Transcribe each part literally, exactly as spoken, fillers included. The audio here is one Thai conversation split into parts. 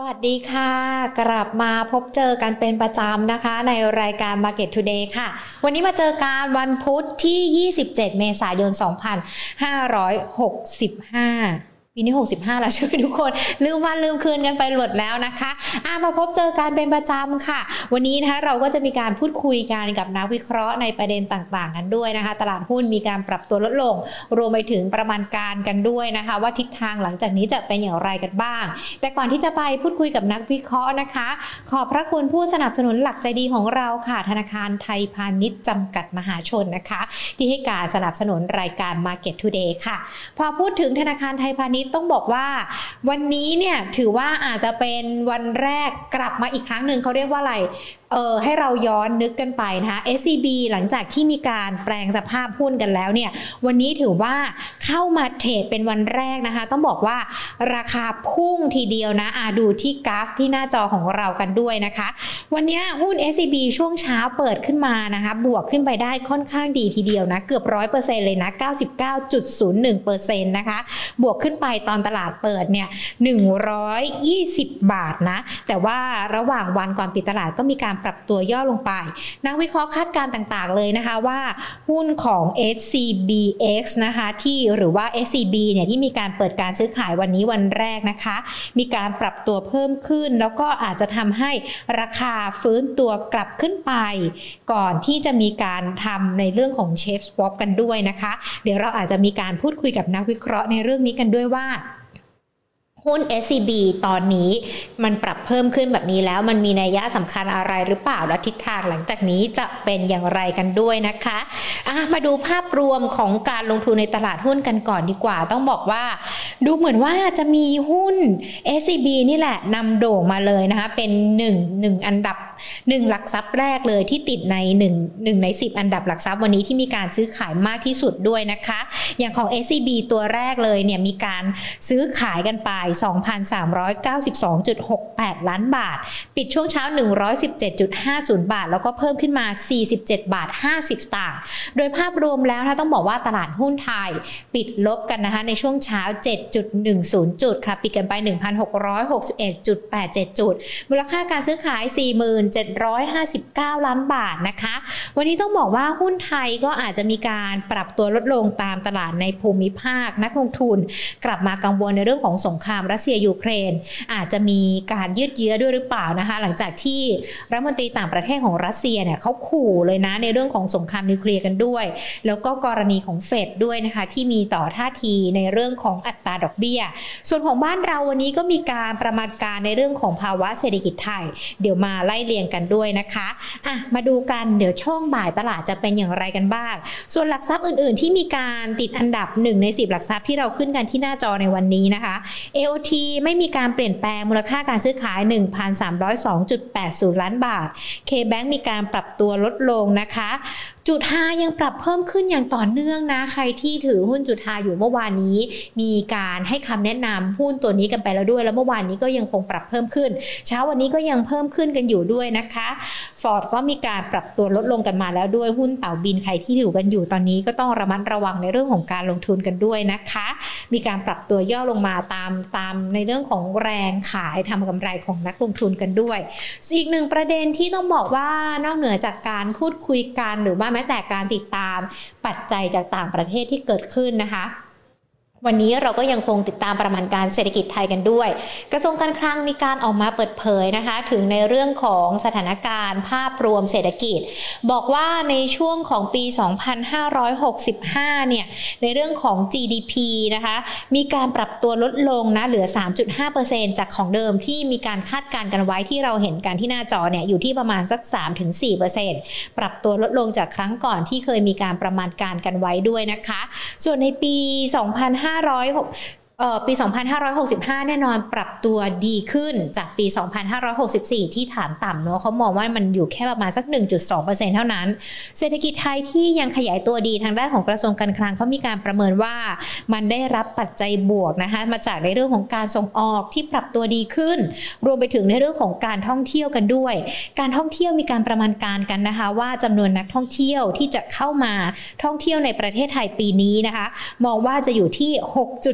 สวัสดีค่ะกลับมาพบเจอกันเป็นประจำนะคะในรายการ Market Today ค่ะวันนี้มาเจอกันวันพุธที่ยี่สิบเจ็ดเมษายนสองพันห้าร้อยหกสิบห้าปีนี้หกสิบห้าแล้วใช่ไหมทุกคนลืมวันลืมคืนกันไปหมดแล้วนะคะอ่ะมาพบเจอกันเป็นประจำค่ะวันนี้นะคะเราก็จะมีการพูดคุยกันกับนักวิเคราะห์ในประเด็นต่างๆกันด้วยนะคะตลาดหุ้นมีการปรับตัวลดลงรวมไปถึงประมาณการกันด้วยนะคะว่าทิศทางหลังจากนี้จะเป็นอย่างไรกันบ้างแต่ก่อนที่จะไปพูดคุยกับนักวิเคราะห์นะคะขอบพระคุณผู้สนับสนุนหลักใจดีของเราค่ะธนาคารไทยพาณิชย์จำกัดมหาชนนะคะที่ให้การสนับสนุนรายการ Market Today ค่ะพอพูดถึงธนาคารไทยพาณิชย์ต้องบอกว่าวันนี้เนี่ยถือว่าอาจจะเป็นวันแรกกลับมาอีกครั้งหนึ่งเขาเรียกว่าอะไรเออให้เราย้อนนึกกันไปนะคะ เอส ซี บี หลังจากที่มีการแปลงสภาพหุ้นกันแล้วเนี่ยวันนี้ถือว่าเข้ามาเทรดเป็นวันแรกนะคะต้องบอกว่าราคาพุ่งทีเดียวนะอ่ะดูที่กราฟที่หน้าจอของเรากันด้วยนะคะวันนี้หุ้น เอส ซี บี ช่วงเช้าเปิดขึ้นมานะคะบวกขึ้นไปได้ค่อนข้างดีทีเดียวนะเกือบ ร้อยเปอร์เซ็นต์ เลยนะ เก้าสิบเก้าจุดศูนย์หนึ่งเปอร์เซ็นต์ นะคะบวกขึ้นไปตอนตลาดเปิดเนี่ยหนึ่งร้อยยี่สิบบาทนะแต่ว่าระหว่างวันก่อนปิดตลาดก็มีการปรับตัวย่อลงไปนักวิเคราะห์คาดการณ์ต่างๆเลยนะคะว่าหุ้นของ เอส ซี บี เอ็กซ์ นะคะที่หรือว่า เอส ซี บี เนี่ยที่มีการเปิดการซื้อขายวันนี้วันแรกนะคะมีการปรับตัวเพิ่มขึ้นแล้วก็อาจจะทำให้ราคาฟื้นตัวกลับขึ้นไปก่อนที่จะมีการทำในเรื่องของ Shape Swap กันด้วยนะคะเดี๋ยวเราอาจจะมีการพูดคุยกับนักวิเคราะห์ในเรื่องนี้กันด้วยว่าหุ้น เอส ซี บี ตอนนี้มันปรับเพิ่มขึ้นแบบนี้แล้วมันมีนัยยะสำคัญอะไรหรือเปล่าและทิศทางหลังจากนี้จะเป็นอย่างไรกันด้วยนะคะอ่ะมาดูภาพรวมของการลงทุนในตลาดหุ้นกันก่อนดีกว่าต้องบอกว่าดูเหมือนว่าจะมีหุ้น เอส ซี บี นี่แหละนำโด่งมาเลยนะคะเป็นหนึ่ง หนึ่งอันดับหนึ่งหลักทรัพย์แรกเลยที่ติดในหนึ่ง หนึ่งในสิบอันดับหลักทรัพย์วันนี้ที่มีการซื้อขายมากที่สุดด้วยนะคะอย่างของ เอส ซี บี ตัวแรกเลยเนี่ยมีการซื้อขายกันไป สองพันสามร้อยเก้าสิบสองจุดหกแปด ล้านบาทปิดช่วงเช้า หนึ่งร้อยสิบเจ็ดจุดห้าศูนย์ บาทแล้วก็เพิ่มขึ้นมาสี่สิบเจ็ดบาทห้าสิบสตางค์โดยภาพรวมแล้วถ้าต้องบอกว่าตลาดหุ้นไทยปิดลบกันนะคะในช่วงเช้า เจ็ดจุดหนึ่งศูนย์ จุดค่ะปิดกันไป หนึ่งพันหกร้อยหกสิบเอ็ดจุดแปดเจ็ด จุดมูลค่าการซื้อขาย สี่หมื่นเจ็ดร้อยห้าสิบเก้า ล้านบาทนะคะวันนี้ต้องบอกว่าหุ้นไทยก็อาจจะมีการปรับตัวลดลงตามตลาดในภูมิภาคนักลงทุนกลับมากังวลในเรื่องของสงครามรัสเซียยูเครนอาจจะมีการยืดเยื้อด้วยหรือเปล่านะคะหลังจากที่รัฐมนตรีต่างประเทศของรัสเซียเนี่ยเขาขู่เลยนะในเรื่องของสงครามนิวเคลียร์กันด้วยแล้วก็กรณีของเฟดด้วยนะคะที่มีต่อท่าทีในเรื่องของอัตราดอกเบี้ยส่วนของบ้านเราวันนี้ก็มีการประมาณการในเรื่องของภาวะเศรษฐกิจไทยเดี๋ยวมาไล่เรียงกันด้วยนะคะอ่ะมาดูกันเดี๋ยวช่วงบ่ายตลาดจะเป็นอย่างไรกันบ้างส่วนหลักทรัพย์อื่นๆที่มีการติดอันดับหนึ่งในสิบหลักทรัพย์ที่เราขึ้นกันที่หน้าจอในวันนี้นะคะ เอ โอ ที ไม่มีการเปลี่ยนแปลงมูลค่าการซื้อขาย หนึ่งพันสามร้อยสองจุดแปดศูนย์ ล้านบาท K-Bank มีการปรับตัวลดลงนะคะจุฑายังปรับเพิ่มขึ้นอย่างต่อเนื่องนะใครที่ถือหุ้นจุฑาอยู่เมื่อวานนี้มีการให้คำแนะนำหุ้นตัวนี้กันไปแล้วด้วยแล้วเมื่อวานนี้ก็ยังคงปรับเพิ่มขึ้นเช้าวันนี้ก็ยังเพิ่มขึ้นกันอยู่ด้วยนะคะฟอร์ดก็มีการปรับตัวลดลงกันมาแล้วด้วยหุ้นเต่าบินใครที่ถือกันอยู่ตอนนี้ก็ต้องระมัดระวังในเรื่องของการลงทุนกันด้วยนะคะมีการปรับตัวย่อลงมาตามตามในเรื่องของแรงขายทำกำไรของนักลงทุนกันด้วยอีกหนึ่งประเด็นที่ต้องบอกว่านอกเหนือจากการพูดคุยกันหรือว่าแม้แต่การติดตามปัจจัยจากต่างประเทศที่เกิดขึ้นนะคะวันนี้เราก็ยังคงติดตามประมาณการเศรษฐกิจไทยกันด้วยกระทรวงการคลังมีการออกมาเปิดเผยนะคะถึงในเรื่องของสถานการณ์ภาพรวมเศรษฐกิจบอกว่าในช่วงของปีสองพันห้าร้อยหกสิบห้าเนี่ยในเรื่องของ จี ดี พี นะคะมีการปรับตัวลดลงนะเหลือ สามจุดห้าเปอร์เซ็นต์ จากของเดิมที่มีการคาดการณ์กันไว้ที่เราเห็นกันที่หน้าจอเนี่ยอยู่ที่ประมาณสัก สามถึงสี่เปอร์เซ็นต์ ปรับตัวลดลงจากครั้งก่อนที่เคยมีการประมาณการกันไว้ด้วยนะคะส่วนในปีสองพันห้าร้อยเอ่อปีสองพันห้าร้อยหกสิบห้าแน่นอนปรับตัวดีขึ้นจากปีสองพันห้าร้อยหกสิบสี่ที่ฐานต่ำเนาะเขามองว่ามันอยู่แค่ประมาณสัก หนึ่งจุดสองเปอร์เซ็นต์ เท่านั้นเศรษฐกิจไทยที่ยังขยายตัวดีทางด้านของกระทรวงการคลังเขามีการประเมินว่ามันได้รับปัจจัยบวกนะคะมาจากในเรื่องของการส่งออกที่ปรับตัวดีขึ้นรวมไปถึงในเรื่องของการท่องเที่ยวกันด้วยการท่องเที่ยวมีการประมาณการกันนะคะว่าจำนวนนักท่องเที่ยวที่จะเข้ามาท่องเที่ยวในประเทศไทยปีนี้นะคะมองว่าจะอยู่ที่ หกจุดหนึ่ง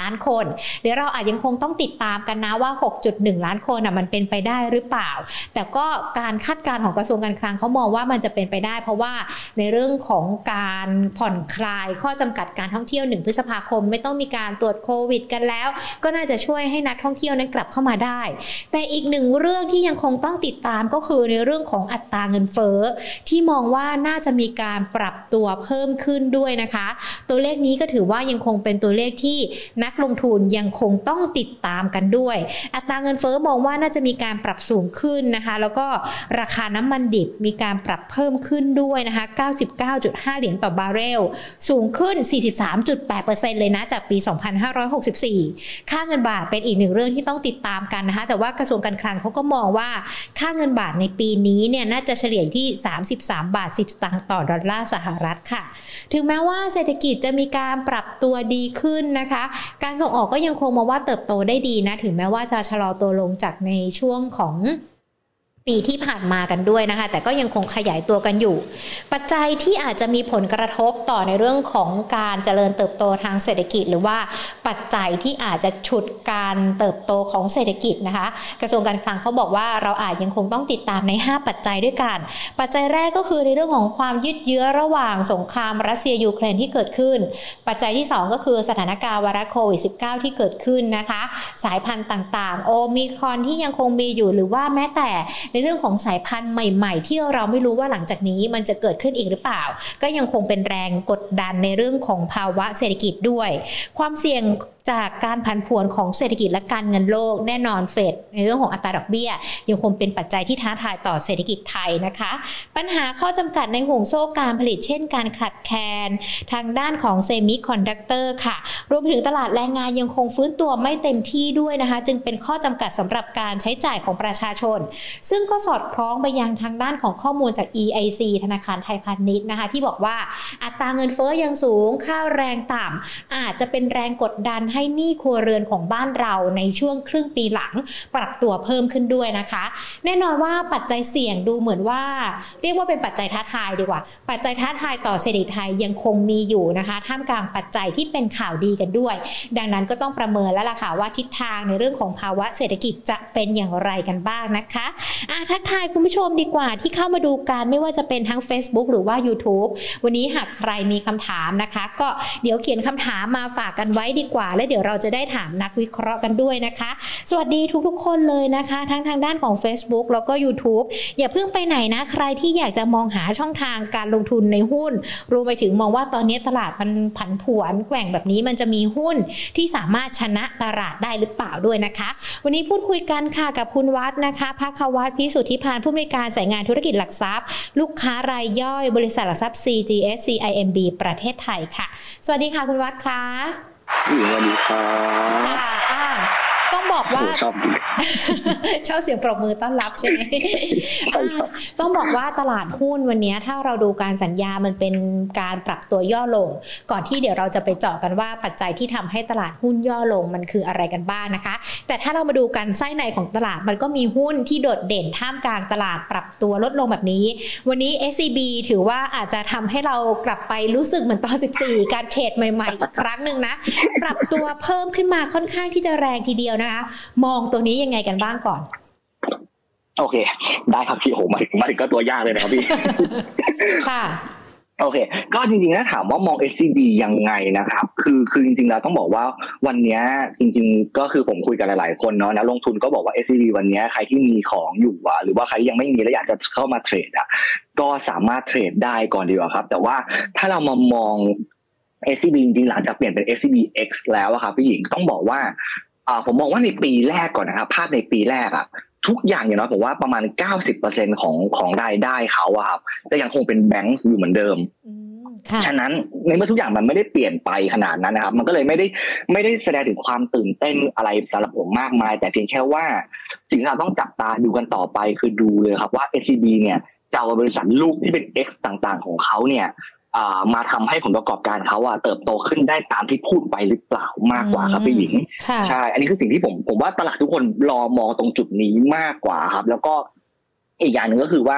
ล้านคนเดี๋ยวเราอาจยังคงต้องติดตามกันนะว่า หกจุดหนึ่ง ล้านคนอ่ะมันเป็นไปได้หรือเปล่าแต่ก็การคาดการณ์ของกระทรวงการคลังเขามองว่ามันจะเป็นไปได้เพราะว่าในเรื่องของการผ่อนคลายข้อจำกัดการท่องเที่ยวหนึ่งพฤษภาคมไม่ต้องมีการตรวจโควิดกันแล้วก็น่าจะช่วยให้นักท่องเที่ยวนั้นกลับเข้ามาได้แต่อีกหนึ่งเรื่องที่ยังคงต้องติดตามก็คือในเรื่องของอัตราเงินเฟ้อที่มองว่าน่าจะมีการปรับตัวเพิ่มขึ้นด้วยนะคะตัวเลขนี้ก็ถือว่ายังคงเป็นตัวเลขที่นักลงทุนยังคงต้องติดตามกันด้วยอัตราเงินเฟ้อมองว่าน่าจะมีการปรับสูงขึ้นนะคะแล้วก็ราคาน้ำมันดิบมีการปรับเพิ่มขึ้นด้วยนะคะเก้าสิบเก้าจุดห้า เหรียญต่อบาร์เรลสูงขึ้น สี่สิบสามจุดแปดเปอร์เซ็นต์ เลยนะจากปีสองพันห้าร้อยหกสิบสี่ค่าเงินบาทเป็นอีกหนึ่งเรื่องที่ต้องติดตามกันนะคะแต่ว่ากระทรวงการคลังเขาก็มองว่าค่าเงินบาทในปีนี้เนี่ยน่าจะเฉลี่ยที่สามสิบสามบาทสิบสตางค์ต่อดอลลาร์สหรัฐค่ะถึงแม้ว่าเศรษฐกิจจะมีการปรับตัวดีขึ้นนะคะการส่งออกก็ยังคงมองว่าเติบโตได้ดีนะถึงแม้ว่าจะชะลอตัวลงจากในช่วงของปีที่ผ่านมากันด้วยนะคะแต่ก็ยังคงขยายตัวกันอยู่ปัจจัยที่อาจจะมีผลกระทบต่อในเรื่องของการเจริญเติบโตทางเศรษฐกิจหรือว่าปัจจัยที่อาจจะฉุดการเติบโตของเศรษฐกิจนะคะกระทรวงการคลังเขาบอกว่าเราอาจยังคงต้องติดตามในห้าปัจจัยด้วยกันปัจจัยแรกก็คือในเรื่องของความยืดเยื้อระหว่างสงครามรัสเซียยูเครนที่เกิดขึ้นปัจจัยที่สองก็คือสถานการณ์ไวรัสโควิด สิบเก้า ที่เกิดขึ้นนะคะสายพันธุ์ต่างๆโอมิครอนที่ยังคงมีอยู่หรือว่าแม้แต่ในเรื่องของสายพันธุ์ใหม่ๆที่เราไม่รู้ว่าหลังจากนี้มันจะเกิดขึ้นอีกหรือเปล่าก็ยังคงเป็นแรงกดดันในเรื่องของภาวะเศรษฐกิจด้วยความเสี่ยงจากการผันผวนของเศรษฐกิจและการเงินโลกแน่นอนเฟดในเรื่องของอัตราดอกเบี้ยยังคงเป็นปัจจัยที่ท้าทายต่อเศรษฐกิจไทยนะคะปัญหาข้อจำกัดในห่วงโซ่การผลิตเช่นการขาดแคลนทางด้านของเซมิคอนดักเตอร์ค่ะรวมถึงตลาดแรงงานยังคงฟื้นตัวไม่เต็มที่ด้วยนะคะจึงเป็นข้อจำกัดสำหรับการใช้จ่ายของประชาชนซึ่งก็สอดคล้องไปยังทางด้านของข้อมูลจาก อี ไอ ซี ธนาคารไทยพาณิชย์นะคะที่บอกว่าอัตราเงินเฟ้อยังสูงค่าแรงต่ำอาจจะเป็นแรงกดดันให้หนี้ครัวเรือนของบ้านเราในช่วงครึ่งปีหลังปรับตัวเพิ่มขึ้นด้วยนะคะแน่นอนว่าปัจจัยเสี่ยงดูเหมือนว่าเรียกว่าเป็นปัจจัยท้าทายดีกว่าปัจจัยท้าทายต่อเศรษฐกิจไทยยังคงมีอยู่นะคะท่ามกลางปัจจัยที่เป็นข่าวดีกันด้วยดังนั้นก็ต้องประเมินแล้วล่ะค่ะว่าทิศทางในเรื่องของภาวะเศรษฐกิจจะเป็นอย่างไรกันบ้างนะคะอ่ะทักทายคุณผู้ชมดีกว่าที่เข้ามาดูกันไม่ว่าจะเป็นทั้ง Facebook หรือว่า YouTube วันนี้หากใครมีคำถามนะคะก็เดี๋ยวเขียนคำถามมาฝากกันไว้ดีกว่าและเดี๋ยวเราจะได้ถามนักวิเคราะห์กันด้วยนะคะสวัสดีทุกๆคนเลยนะคะทั้งทางด้านของ Facebook แล้วก็ YouTube อย่าเพิ่งไปไหนนะใครที่อยากจะมองหาช่องทางการลงทุนในหุ้นรวมไปถึงมองว่าตอนนี้ตลาดมันผันผวนแกว่งแบบนี้มันจะมีหุ้นที่สามารถชนะตลาดได้หรือเปล่าด้วยนะคะวันนี้พูดคุยกันค่ะกับคุณวัฒน์นะคะภควัฒน์พิสุทธิพานผู้อำนวยการสายงานธุรกิจหลักทรัพย์ลูกค้ารายย่อยบริษัทหลักทรัพย์ ซี จี เอส ซี ไอ เอ็ม บี ประเทศไทยค่ะสวัสดีค่ะคุณวัฒน์ค่ะสวัสดีครับค่ะต้องบอกว่าชอบชอบเสียงปรบมือต้อนรับใช่ไหมต้องบอกว่าตลาดหุ้นวันนี้ถ้าเราดูการสัญญามันเป็นการปรับตัวย่อลงก่อนที่เดี๋ยวเราจะไปเจาะกันว่าปัจจัยที่ทำให้ตลาดหุ้นย่อลงมันคืออะไรกันบ้างนะคะแต่ถ้าเรามาดูกันไส้ในของตลาดมันก็มีหุ้นที่โดดเด่นท่ามกลางตลาดปรับตัวลดลงแบบนี้วันนี้ เอส ซี บี ถือว่าอาจจะทำให้เรากลับไปรู้สึกเหมือนตอนสิบสี่การเทรดใหม่ๆอีกครั้งนึงนะปรับตัวเพิ่มขึ้นมาค่อนข้างที่จะแรงทีเดียวนะคะมองตัวนี้ยังไงกันบ้างก่อนโอเคได้ครับพี่โหมาถึงมาถึงก็ตัวยากเลยนะครับพี่ค่ะโอเคก็จริงๆถ้าถามว่ามอง เอส ซี บี ยังไงนะครับคือคือจริงๆแล้วต้องบอกว่าวันนี้จริงๆก็คือผมคุยกับหลายๆคนเนาะนะลงทุนก็บอกว่า เอส ซี บี วันนี้ใครที่มีของอยู่อ่ะหรือว่าใครยังไม่มีแล้วอยากจะเข้ามาเทรดอ่ะก็สามารถเทรดได้ก่อนดีกว่าครับแต่ว่าถ้าเรามามอง เอส ซี บี จริงๆหลังจากเปลี่ยนเป็น เอส ซี บี เอ็กซ์ แล้วอะครับพี่หญิงต้องบอกว่าอ่าผมมองว่าในปีแรกก่อนนะครับภาพในปีแรกอ่ะทุกอย่างอย่างน้อยผมว่าประมาณ เก้าสิบเปอร์เซ็นต์ ของของรายได้เขาอะครับจะยังคงเป็นแบงก์อยู่เหมือนเดิมฉะนั้นในเมื่อทุกอย่างมันไม่ได้เปลี่ยนไปขนาดนั้นนะครับมันก็เลยไม่ได้ไม่ได้แสดงถึงความตื่นเต้นอะไรสำหรับผมมากมายแต่เพียงแค่ว่าสิ่งที่เราต้องจับตาดูกันต่อไปคือดูเลยครับว่า เอส ซี บี เนี่ยจะเอาบริษัทลูกที่เป็น X ต่างๆของเขาเนี่ยมาทำให้ผลประกอบการเขาอะเติบโตขึ้นได้ตามที่พูดไปหรือเปล่ามากกว่าครับพี่หญิงใช่อันนี้คือสิ่งที่ผมผมว่าตลาดทุกคนรอมองตรงจุดนี้มากกว่าครับแล้วก็อีกอย่างหนึ่งก็คือว่า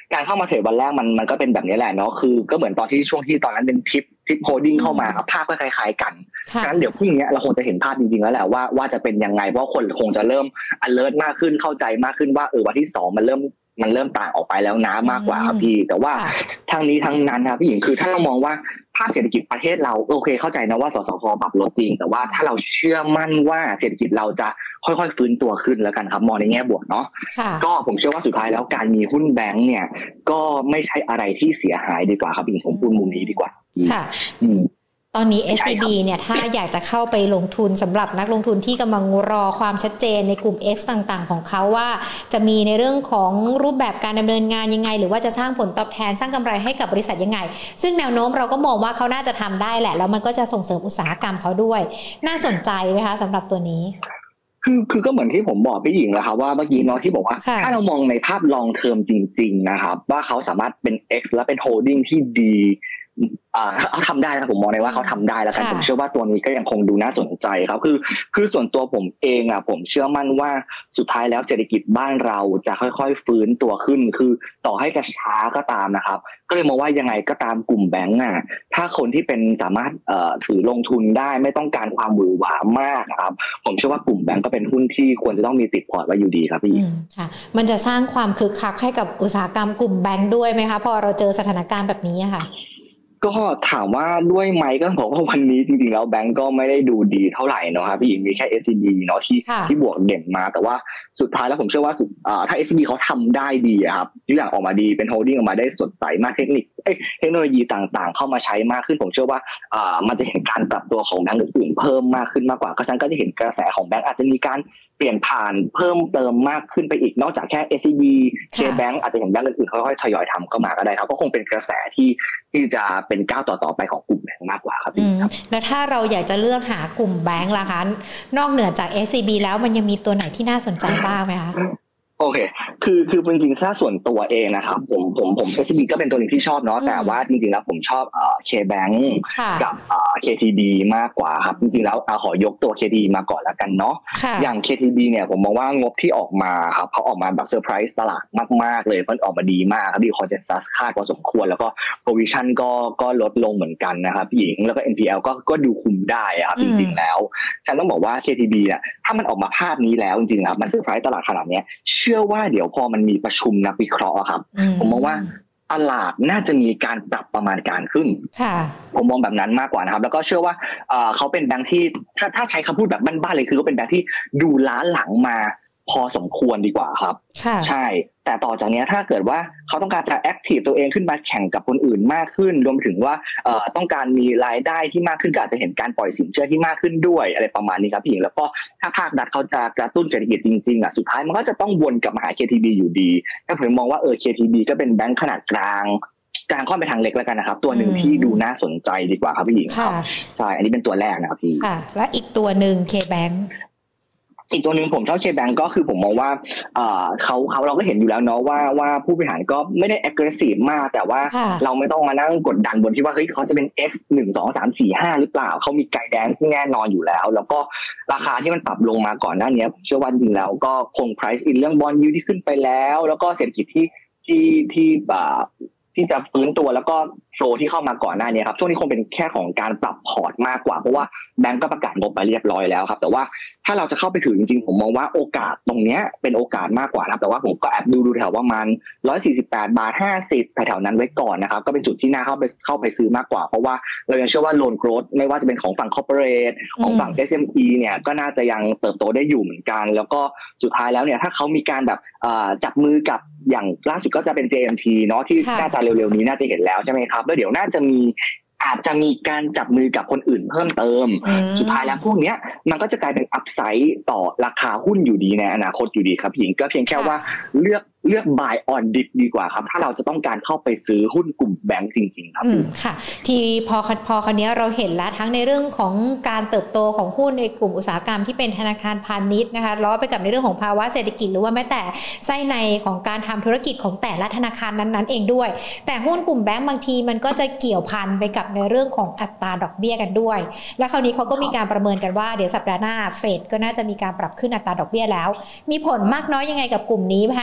การเข้ามาเทรดวันแรกมันมันก็เป็นแบบนี้แหละเนาะคือก็เหมือนตอนที่ช่วงที่ตอนนั้นเป็นทิปทิปโฮลดิ้งเข้ามาครับภาพก็คล้ายๆกันฉะนั้นเดี๋ยวพรุ่งนี้เราคงจะเห็นภาพจริงๆแล้วแหละว่าว่าจะเป็นยังไงเพราะคนคงจะเริ่ม alert มากขึ้นเข้าใจมากขึ้นว่าเออวันที่สองมันเริ่มมันเริ่มต่างออกไปแล้วนะมากกว่าครับพี่แต่ว่าทั้งนี้ทั้งนั้นครับพี่หญิงคือถ้าเรามองว่าภาคเศรษฐกิจประเทศเราโอเคเข้าใจนะว่าสสคปรับลดจริงแต่ว่าถ้าเราเชื่อมั่นว่าเศรษฐกิจเราจะค่อยๆฟื้นตัวขึ้นแล้วกันครับมองในแง่บวกเนาะก็ผมเชื่อว่าสุดท้ายแล้วการมีหุ้นแบงก์เนี่ยก็ไม่ใช่อะไรที่เสียหายดีกว่าครับพี่หญิงผมพูดมุมนี้ดีกว่าค่ะตอนนี้ เอส ซี บี เนี่ยถ้าอยากจะเข้าไปลงทุนสำหรับนักลงทุนที่กำลังรอความชัดเจนในกลุ่ม X ต่างๆของเขาว่าจะมีในเรื่องของรูปแบบการดำเนินงานยังไงหรือว่าจะสร้างผลตอบแทนสร้างกำไรให้กับบริษัทยังไงซึ่งแนวโน้มเราก็มองว่าเขาน่าจะทำได้แหละแล้วมันก็จะส่งเสริมอุตสาหกรรมเขาด้วยน่าสนใจไหมคะสำหรับตัวนี้คือคือก็เหมือนที่ผมบอกพี่หญิงแล้วครับว่าเมื่อกี้เนาะที่บอกว่าถ้าเรามองในภาพ long term จริงๆนะครับว่าเขาสามารถเป็น X และเป็น holding ที่ดีอ่าเขาทำได้นะผมมองเลยว่าเขาทำได้แล้วกันผมเชื่อว่าตัวนี้ก็ยังคงดูน่าสนใจครับคือคือส่วนตัวผมเองอ่ะผมเชื่อมั่นว่าสุดท้ายแล้วเศรษฐกิจบ้านเราจะค่อยๆฟื้นตัวขึ้นคือต่อให้จะช้าก็ตามนะครับก็เลยมองว่ายังไงก็ตามกลุ่มแบงก์อ่ะถ้าคนที่เป็นสามารถเอ่อถือลงทุนได้ไม่ต้องการความหวือหวามากครับผมเชื่อว่ากลุ่มแบงก์ก็เป็นหุ้นที่ควรจะต้องมีติดพอร์ตไว้อยู่ดีครับพี่ค่ะมันจะสร้างความคึกคักให้กับอุตสาหกรรมกลุ่มแบงก์ด้วยไหมคะพอเราเจอสถานการณ์แบบนี้ค่ะก็ถามว่าด้วยไหมก็บอกว่าวันนี้จริงๆแล้วแบงก์ก็ไม่ได้ดูดีเท่าไหร่เนาะครับพี่หญิงมีแค่ เอส ซี บี เนาะที่ที่บวกเด่นมาแต่ว่าสุดท้ายแล้วผมเชื่อว่าถ้า เอส ซี บี เขาทำได้ดีครับทุกอย่างออกมาดีเป็นโฮลดิ้งออกมาได้สดใสมากเทคนิคเทคโนโลยีต่างๆเข้ามาใช้มากขึ้นผมเชื่อว่ามันจะเห็นการปรับตัวของแบงก์อื่นๆเพิ่มมากขึ้นมากกว่าก็ฉะนั้นก็จะเห็นกระแสของแบงก์อาจจะมีการเปลี่ยนผ่านเพิ่มเติมมากขึ้นไปอีกนอกจากแค่ เอส ซี บี K-Bank อาจจะเห็นแบงก์อื่นๆค่อยๆทยอยทำเข้ามาก็ได้ครับก็คงเป็นกระแสที่ที่จะเป็นก้าวต่อๆไปของกลุ่มแบงก์มากกว่าครับแล้วถ้าเราอยากจะเลือกหากลุ่มแบงก์ล่ะคะนอกเหนือจาก เอส ซี บี แล้วมันยังมีตัวไหนที่น่าสนใจบ้างไหมคะโอเคคือคือจริงๆถ้าส่วนตัวเองนะครับผมผมผม เอส ซี บี ก็เป็นตัวนึงที่ชอบเนาะแต่ว่าจริงๆแล้วผมชอบเอ่อ K-Bank กับเอ่อ เค ที บี มากกว่าครับจริงๆแล้วเอาขอยกตัว เค ที บี มาก่อนแล้วกันเนาะอย่าง เค ที บี เนี่ยผมมองว่างบที่ออกมาครับเขาออกมาแบบเซอร์ไพรส์ตลาดมากๆเลยมันออกมาดีมากครับดีคอนเซนซัสคาดพอสมควรแล้วก็ provision ก็ก็ลดลงเหมือนกันนะครับพี่หญิงแล้วก็ เอ็น พี แอล ก็ก็ดูคุมได้ครับจริงๆแล้วฉันต้องบอกว่า เค ที บี เนี่ยถ้ามันออกมาภาพนี้แล้วจริงๆครับมันเซอร์ไพรส์ตลาดขนาดนี้เชื่อว่าเดี๋ยวพอมันมีประชุมนักวิเคราะห์ครับผมมองว่าตลาดน่าจะมีการปรับประมาณการขึ้นผมมองแบบนั้นมากกว่านะครับแล้วก็เชื่อว่าเขาเป็นแบงค์ที่ถ้าถ้าใช้คำพูดแบบบ้านๆเลยคือเขาเป็นแบงค์ที่ดูล้าหลังมาพอสมควรดีกว่าครับใช่แต่ต่อจากนี้ถ้าเกิดว่าเขาต้องการจะแอคทีฟตัวเองขึ้นมาแข่งกับคนอื่นมากขึ้นรวมถึงว่าต้องการมีรายได้ที่มากขึ้นก็อาจจะเห็นการปล่อยสินเชื่อที่มากขึ้นด้วยอะไรประมาณนี้ครับพี่หญิงแล้วก็ถ้าภาครัฐเขาจะกระตุ้นเศรษฐกิจจริงๆอ่ะสุดท้ายมันก็จะต้องวนกลับมาหา เค ที บี อยู่ดีแต่ผมมองว่าเออ เค ที บี ก็เป็นแบงค์ขนาดกลางกลางค่อนไปทางเล็กแล้วกันนะครับตัวหนึ่งที่ดูน่าสนใจดีกว่าครับพี่หญิงครับใช่อันนี้เป็นตัวแรกนะครับพี่ค่ะและอีกตัวหนึ่ง K-Bank อีกตัวหนึ่งผมชอบ K-Bank ก็คือผมมองว่าเอ่อเขาเขาเราก็เห็นอยู่แล้วเนาะว่าว่าผู้บริหารก็ไม่ได้ aggressive มากแต่ว่าเราไม่ต้องมานั่งกดดันบนที่ว่าเฮ้ยเขาจะเป็น X หนึ่ง สอง สาม สี่ ห้าหรือเปล่าเขามี guidance ที่แน่นอนอยู่แล้วแล้วก็ราคาที่มันปรับลงมาก่อนหน้านี้ผมเชื่อว่าจริงแล้วก็คง price in เรื่อง bond yield ที่ขึ้นไปแล้วแล้วก็เศรษฐกิจที่ที่ที่อ่าที่จะฟื้นตัวแล้วก็โฟลที่เข้ามาก่อนหน้านี้ครับช่วงนี้คงเป็นแค่ของการปรับพอร์ตมากกว่าเพราะว่าแบงก์ก็ประกาศงบไปเรียบร้อยแล้วครับแต่ว่าถ้าเราจะเข้าไปถือจริงๆผมมองว่าโอกาสตรงนี้เป็นโอกาสมากกว่านะแต่ว่าผมก็แอบดูดูแถวประมาณหนึ่งร้อยสี่สิบแปดบาทห้าสิบแถวๆนั้นไว้ก่อนนะครับก็เป็นจุดที่น่าเข้าไปเข้าไปซื้อมากกว่าเพราะว่าเรายังเชื่อว่าโลนโกรธไม่ว่าจะเป็นของฝั่ง corporate ของฝั่ง เอส เอ็ม อี เนี่ยก็น่าจะยังเติบโตได้อยู่เหมือนกันแล้วก็สุดท้ายแล้วเนี่ยถ้าเขามีการแบบจับมือกับอย่างล่าสุดก็จะเป็น เจ เอ็ม ที เนาะที่น่าจะเร็วๆนี้น่าจะเห็นแล้วใช่ไหมครับแล้วเดี๋ยวน่าจะมีอาจจะมีการจับมือกับคนอื่นเพิ่มเติมสุดท้ายแล้วพวกนี้มันก็จะกลายเป็นอัพไซด์ต่อราคาหุ้นอยู่ดีในอนาคตอยู่ดีครับพี่หญิงก็เพียงแค่ว่าเลือกเลือก buy on dip ดีกว่าครับถ้าเราจะต้องการเข้าไปซื้อหุ้นกลุ่มแบงก์จริงๆครับอืมค่ะที่พอพอคราวนี้เราเห็นแล้วทั้งในเรื่องของการเติบโตของหุ้นในกลุ่มอุตสาหกรรมที่เป็นธนาคารพาณิชย์นะคะล้อไปกับในเรื่องของภาวะเศรษฐกิจหรือว่าแม้แต่ไส้ในของการทำธุรกิจของแต่ละธนาคารนั้นๆเองด้วยแต่หุ้นกลุ่มแบงก์บางทีมันก็จะเกี่ยวพันไปกับในเรื่องของอัตราดอกเบี้ยกันด้วยและคราวนี้เขาก็มีการประเมินกันว่าเดี๋ยวสัปดาห์หน้าเฟดก็น่าจะมีการปรับขึ้นอัตราดอกเบี้ยแล้วมีผลมากน้อยยังไงกับกลุ่มนี้คะนักลงทุน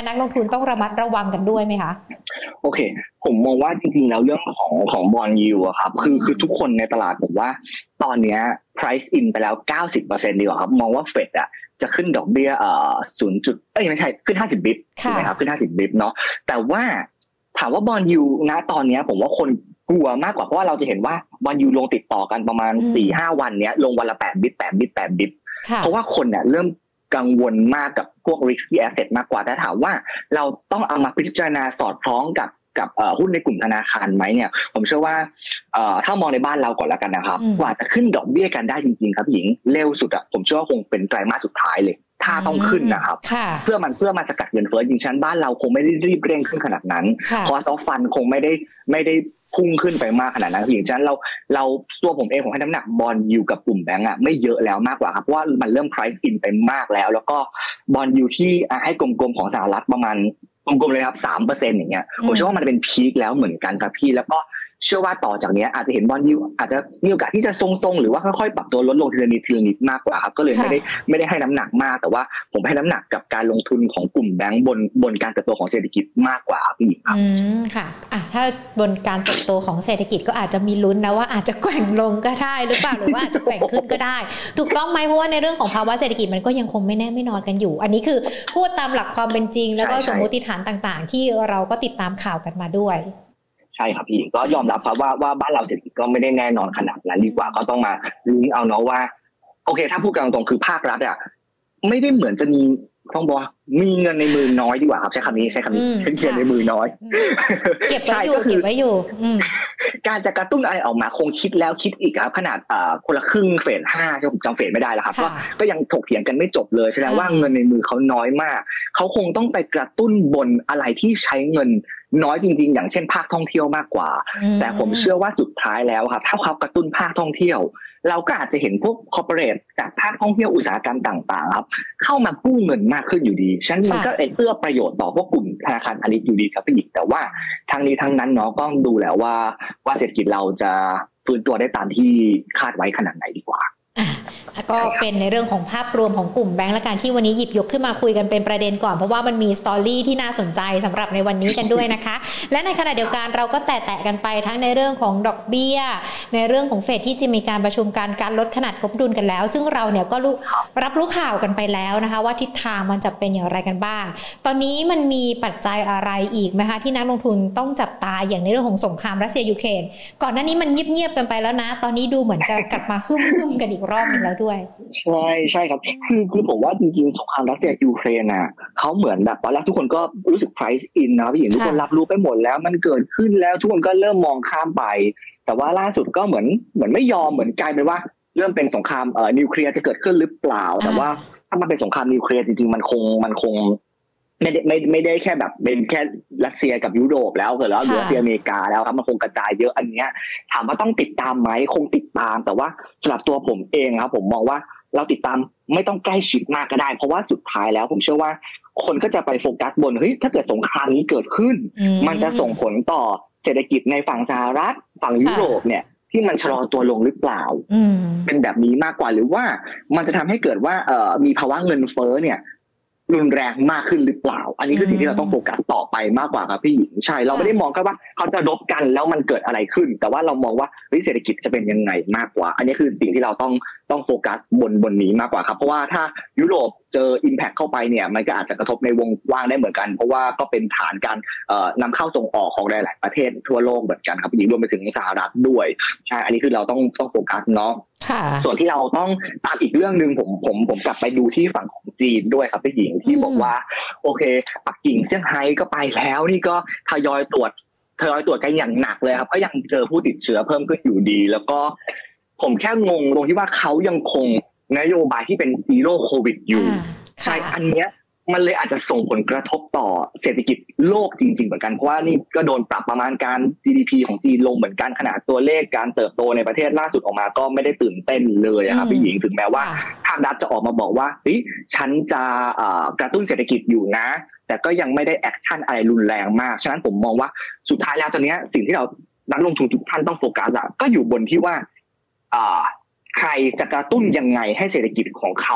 ต้องระมัดระวังกันด้วยไหมคะโอเคผมมองว่าจริงๆแล้วเรื่องของของบอนด์ยิลด์อะครับคือคือทุกคนในตลาดผมว่าตอนนี้ price in ไปแล้ว เก้าสิบเปอร์เซ็นต์ ดีกว่าครับมองว่าเฟดอะจะขึ้นดอกเบี้ยเอ่อศูนย์จุดเอ้ยไม่ใช่ขึ้นห้าสิบบิปถูกไหมครับขึ้นห้าสิบบิปเนาะแต่ว่าถามว่าบอนด์ยิลด์ณตอนนี้ผมว่าคนกลัวมากกว่าเพราะว่าเราจะเห็นว่าบอนด์ยิลด์ลงติดต่อกันประมาณ สี่ห้า วันเนี้ยลงวันละแปดบิปแปดบิปแปดบิปเพราะว่าคนเนี่ยเริ่มกังวลมากกับพวก risky asset มากกว่าแต่ถามว่าเราต้องเอามาพิจารณาสอดคล้องกับกับหุ้นในกลุ่มธนาคารไหมเนี่ยผมเชื่อว่าถ้ามองในบ้านเราก่อนแล้วกันนะครับกว่าจะขึ้นดอกเบี้ยกันได้จริงๆครับหญิงเร็วสุดอะผมเชื่อว่าคงเป็นไตรมาสสุดท้ายเลยถ้าต้องขึ้นนะครับเพื่อมันเพื่อมาสกัดเงินเฟ้อจริงๆชั้นบ้านเราคงไม่ได้รีบเร่งขึ้นขนาดนั้นเพราะซอฟฟันคงไม่ได้ไม่ได้พุ่งขึ้นไปมากขนาดนั้นอย่างเช่นเราเราตัวผมเองผมให้น้ำหนักบอนด์ยิลด์กับกลุ่มแบงก์อ่ะไม่เยอะแล้วมากกว่าครับเพราะว่ามันเริ่ม price in ไปมากแล้วแล้วก็บอนด์ยิลด์ที่ให้กลมๆของสหรัฐประมาณกลมๆเลยครับ สามเปอร์เซ็นต์ อย่างเงี้ยผมเชื่อว่ามันเป็นพีคแล้วเหมือนกันครับพี่แล้วก็เชื่อว่าต่อจากนี้อาจจะเห็นบอนด์ยิลด์อาจจะมีโอกาสที่จะทรงๆหรือว่าค่อยๆปรับตัวลดลงทีละนิดทีละนิดมากกว่าครับก็เลยไม่ได้ไม่ได้ให้น้ำหนักมากแต่ว่าผมให้น้ำหนักกับการลงทุนของกลุ่มแบงก์บนบนการเติบโตของเศรษฐกิจมากกว่าพี่ครับอืมค่ะอ่ะถ้าบนการเติบโตของเศรษฐกิจก็อาจจะมีลุ้นนะว่าอาจจะแกว่งลงก็ได้หรือเปล่าหรือว่าอาจจะแกว่งขึ้นก็ได้ถูกต้องไหมเพราะว่าในเรื่องของภาวะเศรษฐกิจมันก็ยังคงไม่แน่ไม่นอนกันอยู่อันนี้คือพูดตามหลักความเป็นจริงแล้วก็สมมติฐานต่างๆที่เราก็ติดตามข่าวกันมาด้วยใช่ครับพี่ก็ยอมรับครับว่าว่าบ้านเราเศรษฐกิจก็ไม่ได้แน่นอนขนาดนั้นดีกว่าก็ต้องมาลุ้นเอาเนาะว่าโอเคถ้าพูดกันตรงๆคือภาครัฐอ่ะไม่ได้เหมือนจะมีต้องบอกมีเงินในมือน้อยดีกว่าครับใช้คำนี้ใช้คำนี้เป็นเงินในมือน้อยเก็บไว้อยู่เก็บไว้อยู่การจะกระตุ้นอะไรออกมาคงคิดแล้วคิดอีกครับขนาดคนละครึ่งเฟสห้าใช่ผมจำเฟสไม่ได้แล้วครับก็ก็ยังถกเถียงกันไม่จบเลยแสดงว่าเงินในมือเขาน้อยมากเขาคงต้องไปกระตุ้นบนอะไรที่ใช้เงินน้อยจริงๆอย่างเช่นภาคท่องเที่ยวมากกว่าแต่ผมเชื่อว่าสุดท้ายแล้วครับถ้าเขากระตุ้นภาคท่องเที่ยวเราก็อาจจะเห็นพวกคอร์ปอเรทจากภาคท่องเที่ยวอุตสาหกรรมต่างๆครับเข้ามากู้เงินมากขึ้นอยู่ดีฉะนั้นมันก็เอื้อประโยชน์ต่อพวกกลุ่มธนาคารพาณิชย์อยู่ดีครับพี่หญิงแต่ว่าทางนี้ทั้งนั้นเนาะก็ดูแล้วว่าว่าเศรษฐกิจเราจะฟื้นตัวได้ตามที่คาดไว้ขนาดไหนดีกว่าก็เป็นในเรื่องของภาพรวมของกลุ่มแบงก์และการที่วันนี้หยิบยกขึ้นมาคุยกันเป็นประเด็นก่อนเพราะว่ามันมีสตอรี่ที่น่าสนใจสำหรับในวันนี้กันด้วยนะคะและในขณะเดียวกันเราก็แตะๆกันไปทั้งในเรื่องของดอกเบี้ยในเรื่องของเฟดที่จะมีการประชุมการการลดขนาดงบดุลกันแล้วซึ่งเราเนี่ยก็รับรู้ข่าวกันไปแล้วนะคะว่าทิศทางมันจะเป็นอย่างไรกันบ้างตอนนี้มันมีปัจจัยอะไรอีกไหมคะที่นักลงทุนต้องจับตาอย่างในเรื่องของสงครามรัสเซียยูเครนก่อนหน้านี้มันเงียบๆกันไปแล้วนะตอนนี้ดูเหมือนจะกลับมาฮึ่มๆกันอีกรอบนึงแล้วด้วยใช่ใช่ครับคือคือผมว่าจริงๆสงครามรัสเซียยูเครนน่ะเขาเหมือนแบบตอนแรกทุกคนก็รู้สึก price in นะพี่หญิงทุกคนรับรู้ไปหมดแล้วมันเกิดขึ้นแล้วทุกคนก็เริ่มมองข้ามไปแต่ว่าล่าสุดก็เหมือนเหมือนไม่ยอมเหมือนกลายเป็นว่าเริ่มเป็นสงครามเอ่อนิวเคลียร์จะเกิดขึ้นหรือเปล่าแต่ว่าถ้ามันเป็นสงครามนิวเคลียร์จริงๆมันคงมันคงไม่ได้ไม่ไม่ได้แค่แบบเป็นแค่รัสเซียกับยุโรปแล้วเกิดแล้วรัสเซียอเมริกาแล้วครับมันคงกระจายเยอะอันเนี้ยถามว่าต้องติดตามไหมคงติดตามแต่ว่าสำหรับตัวผมเองครับผมมองว่าเราติดตามไม่ต้องใกล้ชิดมากก็ได้เพราะว่าสุดท้ายแล้วผมเชื่อว่าคนก็จะไปโฟกัสบนเฮ้ยถ้าเกิดสงครามนี้เกิดขึ้นมันจะส่งผลต่อเศรษฐกิจในฝั่งสหรัฐฝั่งยุโรปเนี่ยที่มันชะลอตัวลงหรือเปล่าเป็นแบบนี้มากกว่าหรือว่ามันจะทำให้เกิดว่าเอ่อมีภาวะเงินเฟ้อเนี่ยรุนแรงมากขึ้นหรือเปล่าอันนี้คือสิ่งที่เราต้องโฟกัสต่อไปมากกว่าครับพี่หญิงใช่เราไม่ได้มองแค่ว่าเขาจะรบกันแล้วมันเกิดอะไรขึ้นแต่ว่าเรามองว่าเศรษฐกิจจะเป็นยังไงมากกว่าอันนี้คือสิ่งที่เราต้องต้องโฟกัสบนบนนี้มากกว่าครับเพราะว่าถ้ายุโรปเจอ impact เข้าไปเนี่ยมันก็อาจจะกระทบในวงกว้างได้เหมือนกันเพราะว่าก็เป็นฐานการเอ่อนำเข้าส่งออกของหลายๆประเทศทั่วโลกเหมือนกันครับพี่หญิงรวมไปถึงสหรัฐด้วยใช่อันนี้คือเราต้องต้องโฟกัสเนาะส่วนที่เราต้องตามอีกเรื่องนึงผมผมผมกลับไปดูที่ฝั่งของจีนด้วยครับพี่หญิงที่บอกว่าโอเคปักกิ่งเซี่ยงไฮ้ก็ไปแล้วนี่ก็ทยอยตรวจทยอยตรวจกันอย่างหนักเลยครับก็ยังเจอผู้ติดเชื้อเพิ่มขึ้นอยู่ดีแล้วก็ผมแค่งงตรงที่ว่าเขายังคงนโยบายที่เป็นซีโร่โควิดอยู่ใช่อันเนี้ยมันเลยอาจจะส่งผลกระทบต่อเศรษฐกิจโลกจริงๆเหมือนกันเพราะว่านี่ก็โดนปรับประมาณการ จี ดี พี ของจีนลงเหมือนกันขนาดตัวเลขการเติบโตในประเทศล่าสุดออกมาก็ไม่ได้ตื่นเต้นเลยครับพี่หญิงถึงแม้ว่าภาครัฐจะออกมาบอกว่าเฮ้ยฉันจะกระตุ้นเศรษฐกิจอยู่นะแต่ก็ยังไม่ได้แอคชั่นอะไรรุนแรงมากฉะนั้นผมมองว่าสุดท้ายแล้วตอนนี้สิ่งที่เรานักลงทุนทุกท่านต้องโฟกัสอะก็อยู่บนที่ว่าใครจะกระตุ้นยังไงให้เศรษฐกิจของเขาเนี่ย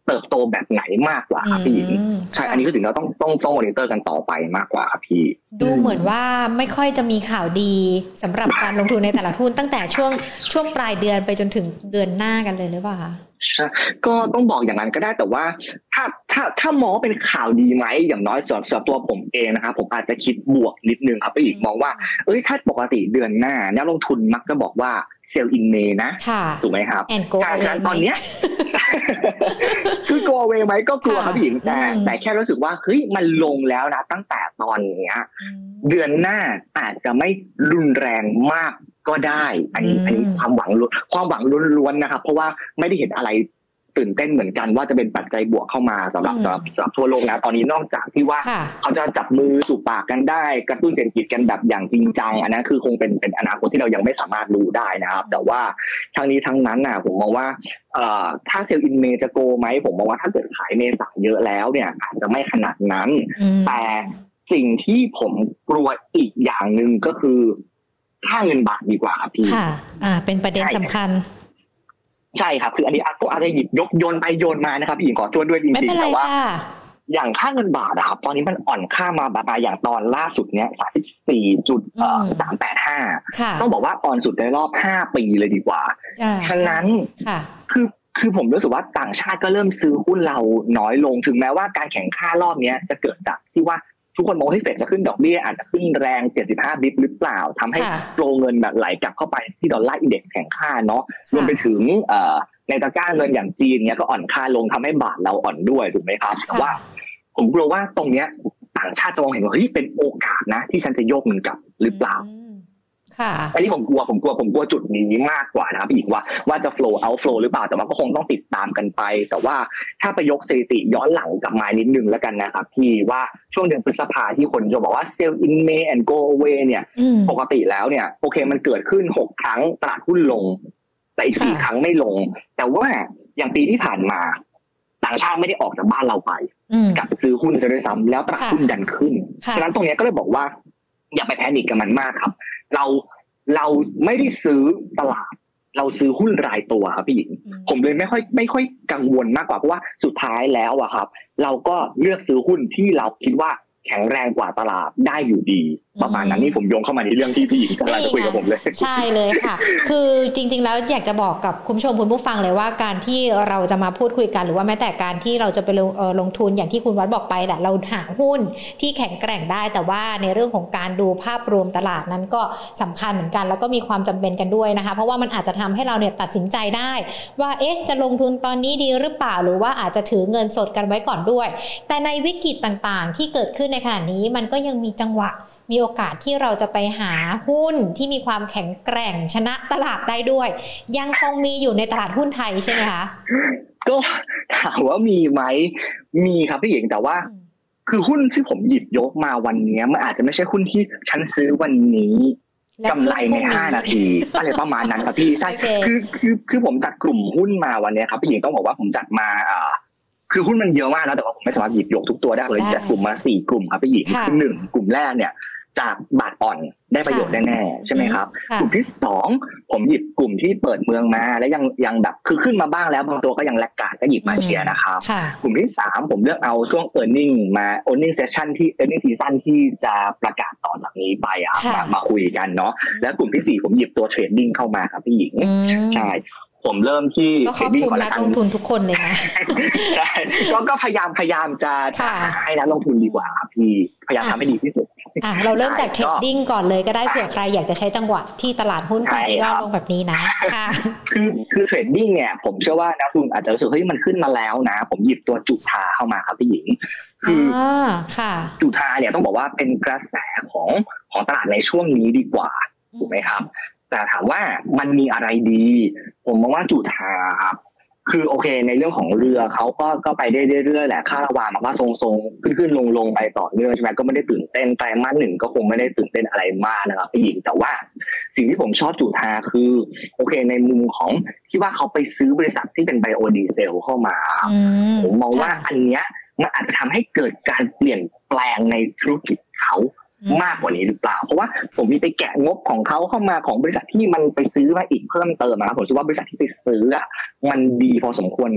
เติบโตแบบไหนมากกว่าครับพี่หญิงใช่อันนี้คือสิ่งที่เราต้องต้องต้องมอนิเตอร์กันต่อไปมากกว่าครับพี่ดูเหมือนว่าไม่ค่อยจะมีข่าวดีสำหรับการลงทุนในแต่ละหุ้นตั้งแต่ช่วงช่วงปลายเดือนไปจนถึงเดือนหน้ากันเลยหรือเปล่าคะใช่ก็ต้องบอกอย่างนั้นก็ได้แต่ว่าถ้าถ้าถ้ามองเป็นข่าวดีไหมอย่างน้อยสำหรับตัวผมเองนะครับผมอาจจะคิดบวกนิดนึงครับพี่หญิงมองว่าเอ้ยถ้าปกติเดือนหน้านักลงทุนมักจะบอกว่าเซลล์อินเมย์นะถูกไหมครับการฉะนั้นตอนเนี้ยคือ go away ไหมก็กลัวครับพี่หญิงแต่แต่แค่รู้สึกว่าเฮ้ยมันลงแล้วนะตั้งแต่ตอนเนี้ยเดือนหน้าอาจจะไม่รุนแรงมากก็ได้อันนี้อันนี้ความหวังความหวังล้วนๆนะครับเพราะว่าไม่ได้เห็นอะไรตื่นเต้นเหมือนกันว่าจะเป็นปัจจัยบวกเข้ามาสำหรับสำหรับสำหรับทั่วโลกนะตอนนี้นอกจากที่ว่าเขาจะจับมือสูบปากกันได้กระตุ้นเศรษฐกิจกันแบบอย่างจริงจังอันนั้นคือคงเป็นเป็นอนาคตที่เรายังไม่สามารถรู้ได้นะครับแต่ว่าทั้งนี้ทั้งนั้นน่ะผมมองว่าเอ่อถ้าเซลล์อินเมย์จะโกไหมผมมองว่าถ้าเกิดขายเมษาเยอะแล้วเนี่ยอาจจะไม่ขนาดนั้นแต่สิ่งที่ผมกลัวอีกอย่างนึงก็คือค่าเงินบาทดีกว่าครับพี่ค่ะอ่าเป็นประเด็นสำคัญใช่ครับคืออันนี้อาจก็อาจจะหยิบยกโยนไปโยนมานะครับพี่หญิงขอโทษด้วยจริงๆแต่ว่าอย่างค่าเงินบาทอะครับตอนนี้มันอ่อนค่ามาแบบอย่างตอนล่าสุดเนี้ย สามสิบสี่จุดสามแปดห้า ต้องบอกว่าอ่อนสุดในรอบห้าปีเลยดีกว่าฉะนั้นคือคือผมรู้สึกว่าต่างชาติก็เริ่มซื้อหุ้นเราน้อยลงถึงแม้ว่าการแข่งค่ารอบนี้จะเกิดจากที่ว่าทุกคนมองให้เฟดจะขึ้นดอกเบี้ยอาจจะขึ้นแรงเจ็ดสิบห้าบิปหรือเปล่าทำให้โฟลว์เงินแบบไหลกลับเข้าไปที่ดอลลาร์อินเด็กซ์แข่งค่าเนาะรวมไปถึงในตะกร้าเงินอย่างจีนเนี้ยก็อ่อนค่าลงทำให้บาทเราอ่อนด้วยถูกไหมครับแต่ว่าผมกลัวว่าตรงเนี้ยต่างชาติจะมองเห็นว่าเฮ้ยเป็นโอกาสนะที่ฉันจะโยกเงินกลับหรือเปล่าค่ะอันนี้ผมกลัวผมกลัวผมกลัวจุดนี้มากกว่านะครับอีกว่าว่าจะ flow out flow หรือเปล่าแต่ว่าก็คงต้องติดตามกันไปแต่ว่าถ้าไปยกสถิติย้อนหลังกลับมานิดนึงแล้วกันนะครับพี่ว่าช่วงเดือนพฤษภาที่คนจะบอกว่า sell in May and go away เนี่ยปกติแล้วเนี่ยโอเคมันเกิดขึ้นหกครั้งตลาดหุ้นลงแต่อีกสี่ครั้งไม่ลงแต่ว่าอย่างปีที่ผ่านมาต่างชาติไม่ได้ออกจากบ้านเราไปกลับซื้อหุ้นซะด้วยซ้ำแล้วตลาดหุ้นดันขึ้นฉะนั้นตรงนี้ก็เลยบอกว่าอย่าไปแพนิคกับมันมากครับเราเราไม่ได้ซื้อตลาดเราซื้อหุ้นรายตัวครับพี่หญิงผมเลยไม่ค่อยไม่ค่อยกังวลมากกว่าเพราะว่าสุดท้ายแล้วอะครับเราก็เลือกซื้อหุ้นที่เราคิดว่าแข็งแรงกว่าตลาดได้อยู่ดีประมาณนั้นนี่ผมโยงเข้ามาในเรื่องที่พี่หญิงกำลังจะคุยกับผมเลยใช่เลยค่ะคือจริงๆแล้วอยากจะบอกกับคุณผู้ชมคุณผู้ฟังเลยว่าการที่เราจะมาพูดคุยกันหรือว่าแม้แต่การที่เราจะไปลงทุนอย่างที่คุณวัดบอกไปแหละเราหาหุ้นที่แข็งแกร่งได้แต่ว่าในเรื่องของการดูภาพรวมตลาดนั้นก็สำคัญเหมือนกันแล้วก็มีความจำเป็นกันด้วยนะคะเพราะว่ามันอาจจะทำให้เราเนี่ยตัดสินใจได้ว่าเอ๊ะจะลงทุนตอนนี้ดีหรือเปล่าหรือว่าอาจจะถือเงินสดกันไว้ก่อนด้วยแต่ในวิกฤตต่างๆที่เกิดขึ้นในขณะนี้มันก็ยังมีจังหวะมีโอกาสที่เราจะไปหาหุ้นที่มีความแข็งแกร่งชนะตลาดได้ด้วยยังคงมีอยู่ในตลาดหุ้นไทยใช่ไหมคะก็ถามว่ามีไหมมีครับพี่หญิงแต่ว่าคือหุ้นที่ผมหยิบยกมาวันนี้มันอาจจะไม่ใช่หุ้นที่ฉันซื้อวันนี้กำไรในห้านาทีอะไรประมาณนั้นครับพี่ใช่คือคือคือผมจัดกลุ่มหุ้นมาวันนี้ครับพี่หญิงต้องบอกว่าผมจัดมาอ่าคือหุ้นมันเยอะมากนะแต่ว่าผมไม่สามารถหยิบยกทุกตัวได้เลยจัดกลุ่มมาสี่กลุ่มครับพี่หญิงคือหนึ่งกลุ่มแรกเนี่ยจากบาทอ่อนได้ประโยชน์แน่ๆใช่ไหมครับกลุ่มที่สองผมหยิบกลุ่มที่เปิดเมืองมาและยังยังแบบคือขึ้นมาบ้างแล้วบางตัวก็ยังแลกขาดก็หยิบมาเชียร์นะครับกลุ่มที่สามผมเลือกเอาช่วง earning มา earning session ที่ earning season ที่จะประกาศต่อจากนี้ไปอ่ะมามาคุยกันเนาะแล้วกลุ่มที่สี่ผมหยิบตัวเทรดดิ้งเข้ามาครับพี่หญิงใช่ผมเริ่มที่เทรดดิ้งก่อนละกันนักลงทุนทุกคนเลยนะใช่ก็ก็พยายามพยายามจะให้นักลงทุนดีกว่าพี่พยายามทำให้ดีที่สุดอ่ะเราเริ่มจากเทรดดิ้งก่อนเลยก็ได้เผื่อใครอยากจะใช้จังหวะที่ตลาดหุ้นขึ้นย่อลงแบบนี้นะค่ะคือคือเทรดดิ้งเนี่ยผมเชื่อว่านักลงทุนอาจจะรู้สึกเฮ้ยมันขึ้นมาแล้วนะผมหยิบตัวจุฑาเข้ามาครับพี่หญิงคือค่ะจุฑาเนี่ยต้องบอกว่าเป็นกระแสของของตลาดในช่วงนี้ดีกว่าถูกไหมครับแต่ถามว่ามันมีอะไรดีผมมองว่าจุฑาครับคือโอเคในเรื่องของเรือเขาก็ก็ไปได้เรื่อยๆแหละค่าระวางมันก็ทรงๆขึ้นๆลงๆไปต่อเนื่องใช่ไหมก็ไม่ได้ตื่นเต้นไตรมาสหนึ่งก็คงไม่ได้ตื่นเต้นอะไรมากนะครับพี่หญิงแต่ว่าสิ่งที่ผมชอบจุฑาคือโอเคในมุมของที่ว่าเขาไปซื้อบริษัทที่เป็นไบโอดีเซลเข้ามาผมมองว่าอันเนี้ยมันอาจจะทำให้เกิดการเปลี่ยนแปลงในธุรกิจเขามากกว่านี้หรือเปล่าเพราะว่าผมมีไปแกะงบของเขาเข้ามาของบริษัทที่มันไปซื้อมาอีกเพิ่มเติมนะผมคิดว่าบริษัทที่ไปซื้ออ่ะมันดีพอสมควรนะ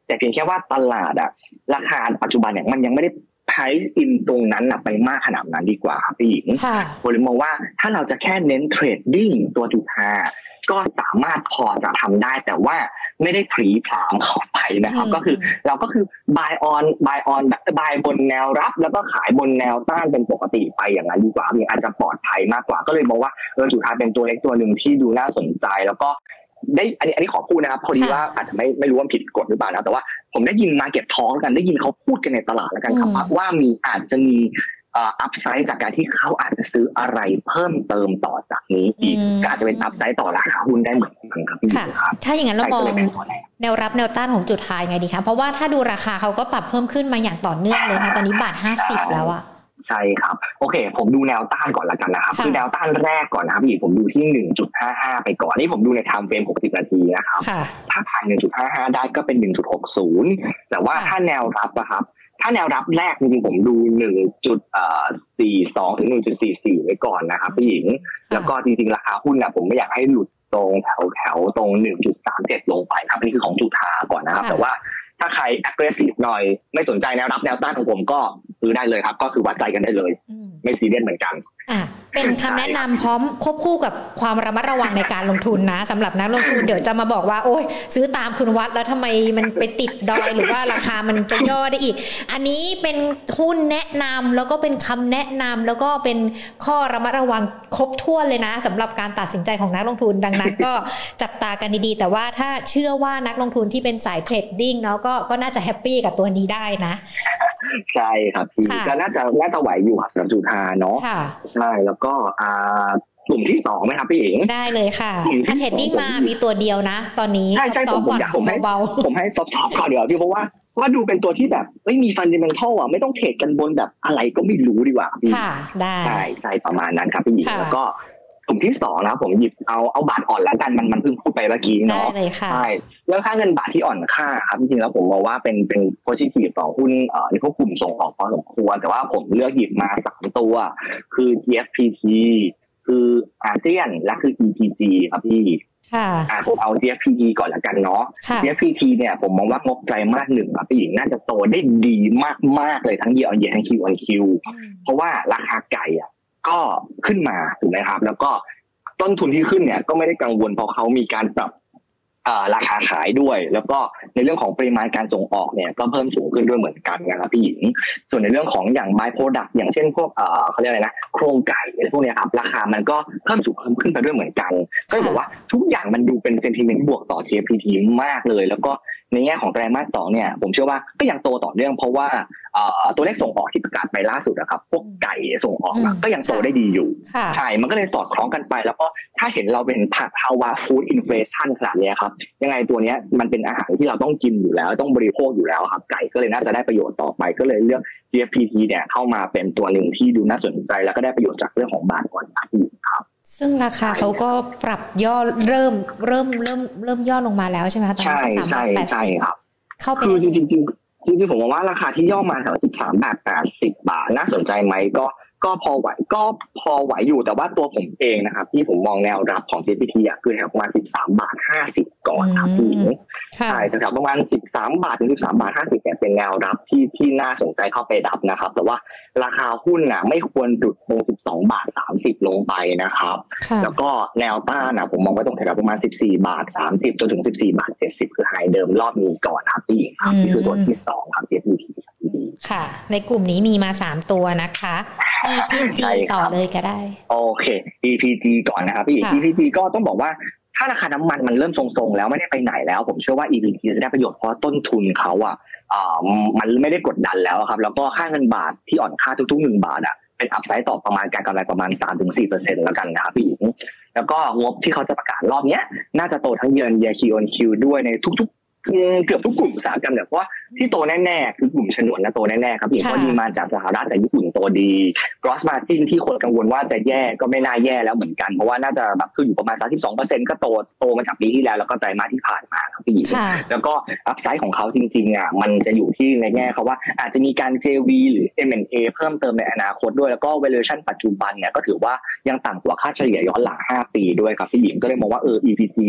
แต่เพียงแค่ว่าตลาดอะราคาปัจจุบันเนี่ยมันยังไม่ได้ price in ตรงนั้นนะไปมากขนาดนั้นดีกว่าครับพี่หญิงผมเลยมองว่าถ้าเราจะแค่เน้นเทรดดิ้งตัวจุฬาก็สามารถพอจะทำได้แต่ว่าไม่ได้ผลีผลามเข้าไปนะครับก็คือเราก็คือ buy on buy on แบบ buy บนแนวรับแล้วก็ขายบนแนวต้านเป็นปกติไปอย่างนั้นดีกว่าอาจจะปลอดภัยมากกว่าก็เลยมองว่าเออจุฬาเป็นตัวเล็กตัวนึงที่ดูน่าสนใจแล้วก็ได้อันนี้อันนี้ขอพูดนะครับพอดีว่าอาจจะไม่ไม่รู้ว่าผิดกฎหรือเปล่านะแต่ว่าผมได้ยินมาเก็ตท้องกันได้ยินเขาพูดกันในตลาดแล้วกันครับว่ามีอาจจะมีอัพไซด์จากการที่เขาอาจจะซื้ออะไรเพิ่มเติมต่อจากนี้อีกอาจจะเป็นอัพไซด์ต่อราคาหุ้นได้เหมือนกันครับพี่ครับถ้าอย่างนั้นเรามองแนวรับแนวต้านของจุดท้ายไงดีคะเพราะว่าถ้าดูราคาเขาก็ปรับเพิ่มขึ้นมาอย่างต่อเนื่องเลยนะตอนนี้บาทห้าสิบแล้วอะใช่ครับโอเคผมดูแนวต้านก่อนละกันนะครับคือแนวต้านแรกก่อนนะครับพี่ผมดูที่ หนึ่งจุดห้าห้า ไปก่อนนี่ผมดูในไทม์เฟรมหกสิบนาทีนะครับถ้าผ่าน หนึ่งจุดห้าห้า ได้ก็เป็น หนึ่งจุดหกศูนย์ แต่ว่าถ้าแนวรับนะครับถ้าแนวรับแรกจริงๆผมดู หนึ่งจุดสี่สอง ถึง หนึ่งจุดสี่สี่ ไว้ก่อนนะครับพี่หญิงแล้วก็จริงๆราคาหุ้นน่ะผมไม่อยากให้หลุดตรงแถวๆตรง หนึ่งจุดสามเจ็ด ลงไปครับนี่คือของจุฬาก่อนนะครับแต่ว่าถ้าใคร aggressive หน่อยไม่สนใจแนวรับแนวต้านของผมก็ซื้อได้เลยครับก็คือวัดใจกันได้เลยไม่ซีเรียสเหมือนกันอ่ะเป็นคำแนะนำพร้อมควบคู่กับความระมัดระวังในการลงทุนนะสำหรับนักลงทุนเดี๋ยวจะมาบอกว่าโอ้ยซื้อตามคุณวัดแล้วทำไมมันไปติดดอยหรือว่าราคามันจะย่อได้อีกอันนี้เป็นหุ้นแนะนำแล้วก็เป็นคำแนะนำแล้วก็เป็นข้อระมัดระวังครบถ้วนเลยนะสำหรับการตัดสินใจของนักลงทุนดังนั้นก็จับตากันดีๆแต่ว่าถ้าเชื่อว่านักลงทุนที่เป็นสายเทรดดิ้งเนาะก็ก็น่าจะแฮปปี้กับตัวนี้ได้นะใช่ครับพี่ก็น่าจะน่าจะไหวอยู่ครับสำหรับจุฬาเนาะใช่แล้วก็อ่ากลุ่มที่สองไหมครับพี่เอ๋ได้เลยค่ะถ้าเทรดดิ้งมามีตัวเดียวนะตอนนี้ใช่ใช่ผมอยากผมให้ผมให้ซอฟต์ๆก่อนเดี๋ยวพี่เพราะว่าว่าดูเป็นตัวที่แบบไม่มีฟันเดเมนทัลอ่ะไม่ต้องเทรดกันบนแบบอะไรก็ไม่รู้ดีกว่าพี่ค่ะได้ใช่ใช่ประมาณนั้นครับพี่หญิงแล้วก็กลุ่มที่สองนะผมหยิบเอาเอาบาทอ่อนแล้วกันมันมันเพิ่งพูดไปเมื่อกี้เนาะใช่แล้วค่าเงินบาทที่อ่อนค่าครับจริงๆแล้วผมมองว่าเป็นเป็นโพซิทีฟต่อหุ้นเอ่อในพวกกลุ่มส่งออกพอสมควรแต่ว่าผมเลือกหยิบมาสามตัวคือ จี เอฟ พี ที คืออาเซียนและคือ อี พี จี ครับพี่ค่ะอ่าผมเอา จี เอฟ พี ที ก่อนละกันเนาะ จี เอฟ พี ที เนี่ยผมมองว่างบไตรมาสหนึ่งครับพี่หญิงน่าจะโตได้ดีมากๆเลยทั้ง year on year ทั้ง Q on Q เพราะว่าราคาไก่อ่ะก็ขึ้นมาถูกไหมครับแล้วก็ต้นทุนที่ขึ้นเนี่ยก็ไม่ได้กังวลเพราะเขามีการปรับราคาขายด้วยแล้วก็ในเรื่องของปริมาณการส่งออกเนี่ยก็เพิ่มสูงขึ้นด้วยเหมือนกันนะครับพี่หญิงส่วนในเรื่องของอย่าง by product อย่างเช่นพวกเอ่อเขาเรียกอะไรนะโครงไก่อะไรพวกนี้ครับราคามันก็เพิ่มสูงขึ้นไปด้วยเหมือนกันก็เลยบอกว่าทุกอย่างมันดูเป็น sentiment บวกต่อ จี เอฟ พี ที มากเลยแล้วก็ในแง่ของไตรมาสสองเนี่ยผมเชื่อว่าก็ยังโตต่อเนื่องเพราะว่าตัวเลขส่งออกที่ประกาศไปล่าสุดนะครับพวกไก่ส่งออกก็ยังโตได้ดีอยู่ใช่มันก็เลยสอดคล้องกันไปแล้วก็ถ้าเห็นเราเป็นภาวะ food inflation ขนาดนี้ครับยังไงตัวนี้มันเป็นอาหารที่เราต้องกินอยู่แล้วต้องบริโภคอยู่แล้วครับไก่ก็เลยน่าจะได้ประโยชน์ต่อไปก็เลยเลือก จี เอฟ พี ที เนี่ยเข้ามาเป็นตัวหนึ่งที่ดูน่าสนใจแล้วก็ได้ประโยชน์จากเรื่องของบาทอ่อนครับซึ่งราคาเขาก็ปรับย่อเริ่มเริ่มเริ่มเริ่มย่อลงมาแล้วใช่ไหมคะตอนนี้สิบสามบาทแปดสิบครับเข้าไปคือจริงจริงจริงๆผมมองว่าราคาที่ย่อมาแถวสิบสามบาทแปดสิบบาทน่าสนใจไหมก็ก็พอไหวก็พอไหวอยู่แต่ว่าตัวผมเองนะครับที่ผมมองแนวรับของ จี เอฟ พี ที อ่ะคือแถวประมาณสิบสามบาทห้าสิบก่อนครับพี่ใช่แถวประมาณสิบสามบาทถึงสิบสามบาทห้าสิบเนี่ยเป็นแนวรับที่ที่น่าสนใจเข้าไปรับนะครับแต่ว่าราคาหุ้นน่ะไม่ควรหลุดตรงสิบสองบาทสามสิบลงไปนะครับแล้วก็แนวต้านน่ะผมมองไว้ตรงแถวประมาณสิบสี่บาทสามสิบจนถึงสิบสี่บาทเจ็ดสิบคือไฮเดิมรอบนี้ก่อนครับพี่ครับนี่คือตัวที่สองครับ จี เอฟ พี ทีค่ะในกลุ่มนี้มีมาสามตัวนะคะ อี พี จี ต่อเลยก็ได้โอเค อี พี จี ก่อนนะครับพี่ อี พี จี ก็ต้องบอกว่าถ้าราคาน้ำมันมันเริ่มทรงๆแล้วไม่ได้ไปไหนแล้วผมเชื่อว่า อี พี จี จะได้ประโยชน์เพราะต้นทุนเขาอ่ะมันไม่ได้กดดันแล้วครับแล้วก็ค่าเงินบาทที่อ่อนค่าทุกๆหนึ่งบาทอ่ะเป็นอัพไซด์ต่อประมาณการกำไรประมาณ สามถึงสี่เปอร์เซ็นต์ แล้วกันนะครับพี่แล้วก็งบที่เขาจะประกาศรอบนี้น่าจะโตทั้ง year on year Q on Q ด้วยในทุกๆเกือบทุกกลุ่มอุตสาหกรรมเนี่ยเพราะว่าที่โตแน่ๆคือกลุ่มฉนวนนะโตแน่ๆครับเพราะดีมาจากสหรัฐจากญี่ปุ่นโตดี gross margin ที่คนกังวลว่าจะแย่ก็ไม่น่าแย่แล้วเหมือนกันเพราะว่าน่าจะแบบขึ้นอยู่ประมาณ สามสิบสองเปอร์เซ็นต์ ก็โตโตมาจากปีที่แล้วแล้วก็ไตรมาสที่ผ่านมาครับพี่แล้วก็อัพไซด์ของเขาจริงๆอ่ะมันจะอยู่ที่ในแง่เขาว่าอาจจะมีการ เจ วี หรือ เอ็ม แอนด์ เอ เพิ่มเติมในอนาคตด้วยแล้วก็ valuation ปัจจุบันเนี่ยก็ถือว่ายังต่ำกว่าค่าเฉลี่ยย้อนหลังห้าปีด้วยครับพี่หญิงก็เลยมองว่าเออ อี พี จี เนี่ย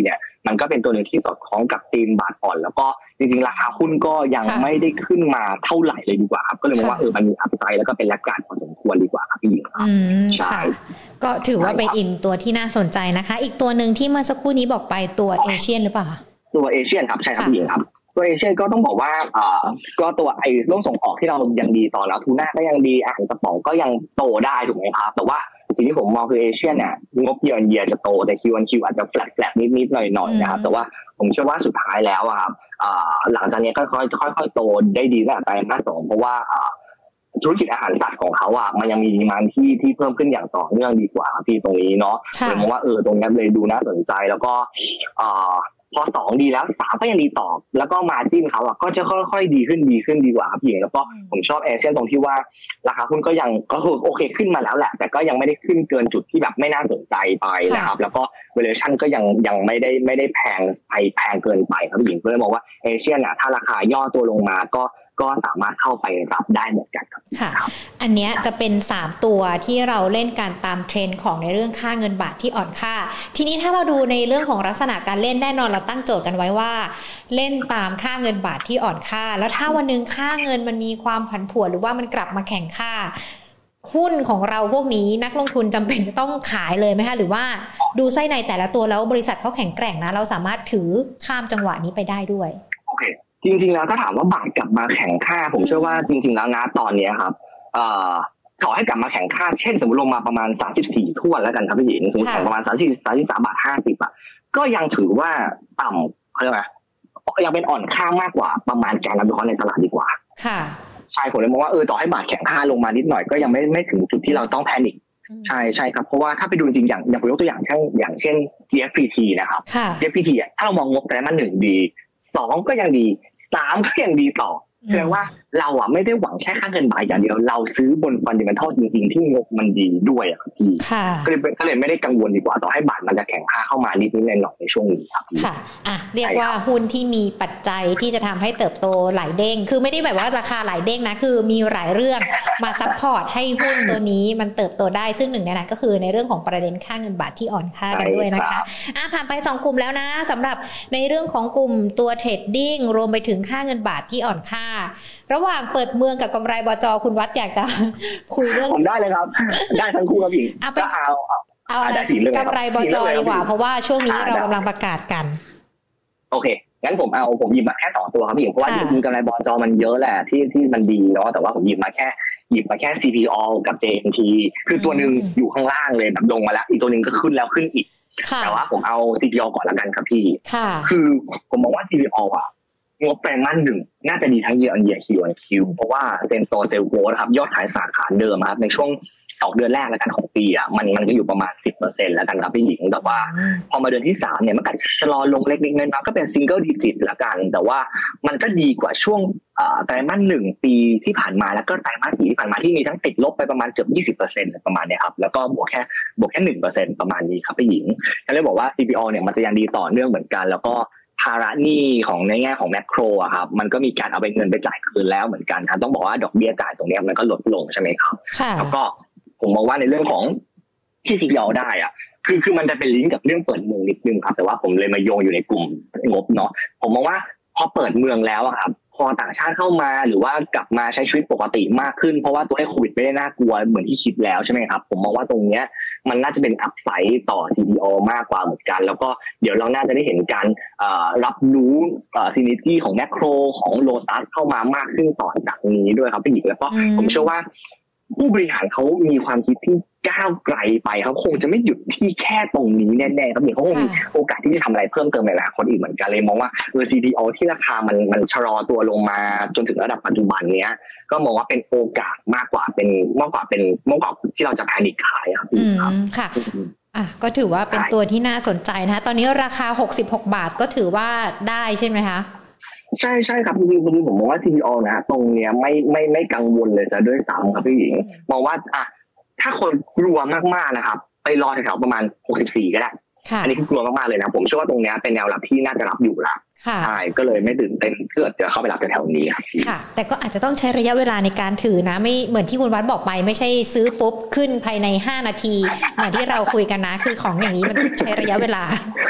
มันก็เป็นตัวหนึ่งที่สอดคล้องกับธีมบาทอ่อนแล้วก็จริงๆราคาหุ้นก็ยังไม่ได้ขึ้นมาเท่าไหร่เลยดีกว่าครับก็เลยมองว่าเออมันมีอัพไซด์แล้วก็เป็นแลกการพอสมควรดีกว่าครับพี่หญิงครับใช่ก็ถือว่าเป็นอินตัวที่น่าสนใจนะคะอีกตัวหนึ่งที่เมื่อสักครู่นี้บอกไปตัวเอเชียนหรือเปล่าตัวเอเชียนครับใช่ครับพี่หญิงครับตัวเอเชียนก็ต้องบอกว่าอ่าก็ตัวไอ้เรื่องส่งออกที่เรายังดีต่อแล้วทูน่าก็ยังดีอาหารกระป๋องก็ยังโตได้ถูกไหมครับแต่ว่าสิ่งที่ผมมองคือเอเชียเนี่ยงบเยือนเยียจะโตแต่ คิว ออน คิว อาจจะแฟลตแฟลตนิดๆหน่อยๆนะครับแต่ว่าผมเชื่อว่าสุดท้ายแล้วอ่ะครับอ่าหลังจากนี้ค่อยๆค่อยๆโตได้ดีตั้งแต่ไตรมาสสองเพราะว่าอ่าธุรกิจอาหารสัตว์ของเขาอ่ะมันยังมีดีมานด์ที่ที่เพิ่มขึ้นอย่างต่อเนื่องดีกว่าพี่ตรงนี้เนาะผมมองว่าเออตรงนี้เลยดูน่าสนใจแล้วก็อ่าพอสองดีแล้วสามก็ยังดีต่อแล้วก็มาจิ้นเขาอ่ะก็จะค่อยๆดีขึ้นดีขึ้นดีกว่าครับพี่แล้วก็ผมชอบเอเชียตรงที่ว่าราคาหุ้นก็ยังก็คือโอเคขึ้นมาแล้วแหละแต่ก็ยังไม่ได้ขึ้นเกินจุดที่แบบไม่น่าสนใจไปนะครับแล้วก็ valuation ก็ยังยังไม่ได้ไม่ได้แพงไปแพงเกินไปครับพี่หญิงก็เลยมองว่าเอเชียน่ะถ้าราคาย่อตัวลงมาก็ก็สามารถเข้าไปรับได้เหมือนกันครับค่ะอันนี้จะเป็นสามตัวที่เราเล่นการตามเทรนด์ของในเรื่องค่าเงินบาทที่อ่อนค่าทีนี้ถ้าเราดูในเรื่องของลักษณะการเล่นแน่นอนเราตั้งโจทย์กันไว้ว่าเล่นตามค่าเงินบาทที่อ่อนค่าแล้วถ้าวันนึงค่าเงินมันมีความผันผวนหรือว่ามันกลับมาแข่งค่าหุ้นของเราพวกนี้นักลงทุนจำเป็นจะต้องขายเลยไหมคะหรือว่าดูไส้ในแต่ละตัวแล้วบริษัทเขาแข็งแกร่งนะเราสามารถถือข้ามจังหวะนี้ไปได้ด้วยโอเคจริงๆแล้วถ้าถามว่าบาทกลับมาแข็งค่าผมเชื่อว่าจริงๆแล้วนะตอนนี้ครับเอ่อขอให้กลับมาแข็งค่าเช่นสมมติลงมาประมาณสามสิบสี่ถ้วนแล้วกันครับพี่หญิงสมมติแข็งประมาณสามสิบ สามสิบสามบาทห้าสิบอ่ะก็ยังถือว่าต่ำเค้าเรียกว่ายังเป็นอ่อนค่ามากกว่าประมาณการรับรู้ในตลาดดีกว่าค่ะใช่ผมเลยมองว่าเออต่อให้บาทแข็งค่าลงมานิดหน่อยก็ยังไม่ไม่ถึงจุดที่เราต้องแพนิคใช่ใช่ครับเพราะว่าถ้าไปดูจริงอย่างอย่างผมยกตัวอย่างเช่นอย่างเช่น จี เอฟ พี ที นะครับ จี เอฟ พี ที อ่ะถ้าเรามองงบไตรมาสหนึ่งดีสองก็ยังดีสามก็ยังดีต่อแสดงว่าเราอ่ะไม่ได้หวังแค่ค่าเงินบาทอย่างเดียวเราซื้อบนฟันดัเมนทัลจริงๆที่งบมันดีด้วยอ่ะพี่ก็เลยก็เลยไม่ได้กังวลดีกว่าต่อให้บาทมันจะแข็งค่าเข้ามานิดนิดหน่อยในช่วงนี้ครับค่ะอ่ะเรียกว่าหุ้นที่มีปัจจัยที่จะทำให้เติบโตหลายเด้งคือไม่ได้แบบว่าราคาหลายเด้งนะคือมีหลายเรื่องมาซัพพอร์ตให้หุ้นตัวนี้มันเติบโตได้ซึ่งหนึ่งในนั้นก็คือในเรื่องของประเด็นค่าเงินบาทที่อ่อนค่ากันด้วยนะคะอ่ะผ่านไปสองกลุ่มแล้วนะสำหรับในเรื่องของกลุ่มตัวเทรดดิ้งรวมไปถึงค่าเงินบาทที่อ่อนค่าระหว่างเปิดเมืองกับกำไรบจ.คุณวัดอยากจะคุยเรื่องผมได้เลยครับได้ทั้งคู่ครับพี่ก็เอาเอากำไรบจ.ดีกว่าเพราะว่าช่วงนี้เรากำลังประกาศกันโอเคงั้นผมเอาผมหยิบมาแค่สองตัวครับพี่เพราะว่าจริงๆกำไรบจ.มันเยอะแหละที่ที่มันดีเนาะแต่ว่าผมหยิบมาแค่หยิบมาแค่ ซี พี โอ กับ เจ เอ็ม ที คือตัวนึงอยู่ข้างล่างเลยแบบลงมาแล้วอีกตัวนึงก็ขึ้นแล้วขึ้นอีกแต่ว่าผมเอา ซี พี โอ ก่อนละกันครับพี่คือผมมองว่า ซี พี โอ อ่ะงบไตรมาสหนึ่งน่าจะดีทั้ง year on year Q on Q เพราะว่า same store sales growth ครับยอดขายสาขาเดิมครับในช่วงสองเดือนแรกแล้วกันของปีอ่ะมันมันก็อยู่ประมาณ สิบเปอร์เซ็นต์ แล้วกันครับพี่หญิงแต่ว่าพอมาเดือนที่สามเนี่ยมันก็ชะลอลงเล็กๆน้อยๆก็เป็น single digit แล้วกันแต่ว่ามันก็ดีกว่าช่วงอ่าไตรมาสหนึ่งปีที่ผ่านมาแล้วก็ไตรมาสสี่ที่ผ่านมาที่มีทั้งติดลบไปประมาณเกือบ ยี่สิบเปอร์เซ็นต์ ประมาณเนี้ยครับแล้วก็บวกแค่บวกแค่ หนึ่งเปอร์เซ็นต์ ประมาณนี้ครับพี่หญิงก็เลยบอกว่า ซี พี โอ เนี่ยมันจะยังดีต่อเนื่องเหมือนกันแล้วก็ภาระหนี้ของในแง่ของแมคโครอะครับมันก็มีการเอาไปเงินไปจ่ายคืนแล้วเหมือนกันครับต้องบอกว่าดอกเบี้ยจ่ายตรงนี้มันก็ลดลงใช่ไหมครับแล้วก็ผมมองว่าในเรื่องของที่ ซี พี โอ ได้อะคือคือมันจะเป็นลิงก์กับเรื่องเปิดเมืองนิดนึงครับแต่ว่าผมเลยมาโยงอยู่ในกลุ่มงบเนาะผมมองว่าพอเปิดเมืองแล้วอะครับพอต่างชาติเข้ามาหรือว่ากลับมาใช้ชีวิตปกติมากขึ้นเพราะว่าตัวเลขโควิดไม่ได้น่ากลัวเหมือนที่คิดแล้วใช่ไหมครับผมมองว่าตรงเนี้ยมันน่าจะเป็นอัพไซด์ต่อ ซี พี โอ มากกว่าเหมือนกันแล้วก็เดี๋ยวเราน่าจะได้เห็นการรับรู้ซินิจี้ของแมคโครของโลตัสเข้ามามากขึ้นต่อจากนี้ด้วยครับพี่หญิงแล้วก็ผมเชื่อว่าผู้บริหารเขามีความคิดที่ก้าวไกลไปเขาคงจะไม่หยุดที่แค่ตรงนี้แน่ๆครับเขาคงมีโอกาสที่จะทำอะไรเพิ่มเติมในอนาคตอีกเหมือนกันเลยมองว่าเออ ซี พี โอ ที่ราคามันมันชะลอตัวลงมาจนถึงระดับปัจจุบันเนี้ยก็มองว่าเป็นโอกาสมากกว่าเป็นมากกว่าเป็นมากกว่าที่เราจะแพนิคขายครับพี่ครับค่ะอ่ะก็ถือว่าเป็นตัวที่น่าสนใจนะคะตอนนี้ราคาหกสิบหกบาทก็ถือว่าได้ใช่ไหมคะใช่ใช่ครับจริงๆผมมองว่า ซี พี โอ นะตรงเนี้ยไม่ไม่ไม่กังวลเลยซะด้วยซ้ำครับพี่หญิงมองว่าอ่ะถ้าคนกลัวมากๆนะครับไปรอแถวๆประมาณหกสิบสี่ก็ได้อันนี้คือกลัวมากๆเลยนะผมเชื่อว่าตรงนี้เป็นแนวรับที่น่าจะรับอยู่แล้วใช่ก็เลยไม่ตื่นเต้นเพื่อจะเข้าไปรับแถวๆนี้ครับค่ะแต่ก็อาจจะต้องใช้ระยะเวลาในการถือนะไม่เหมือนที่คุณวัดบอกไปไม่ใช่ซื้อปุ๊บขึ้นภายในห้านาทีเหมือนที่เราคุยกันนะคือของอย่างนี้มันใช้ระยะเวลา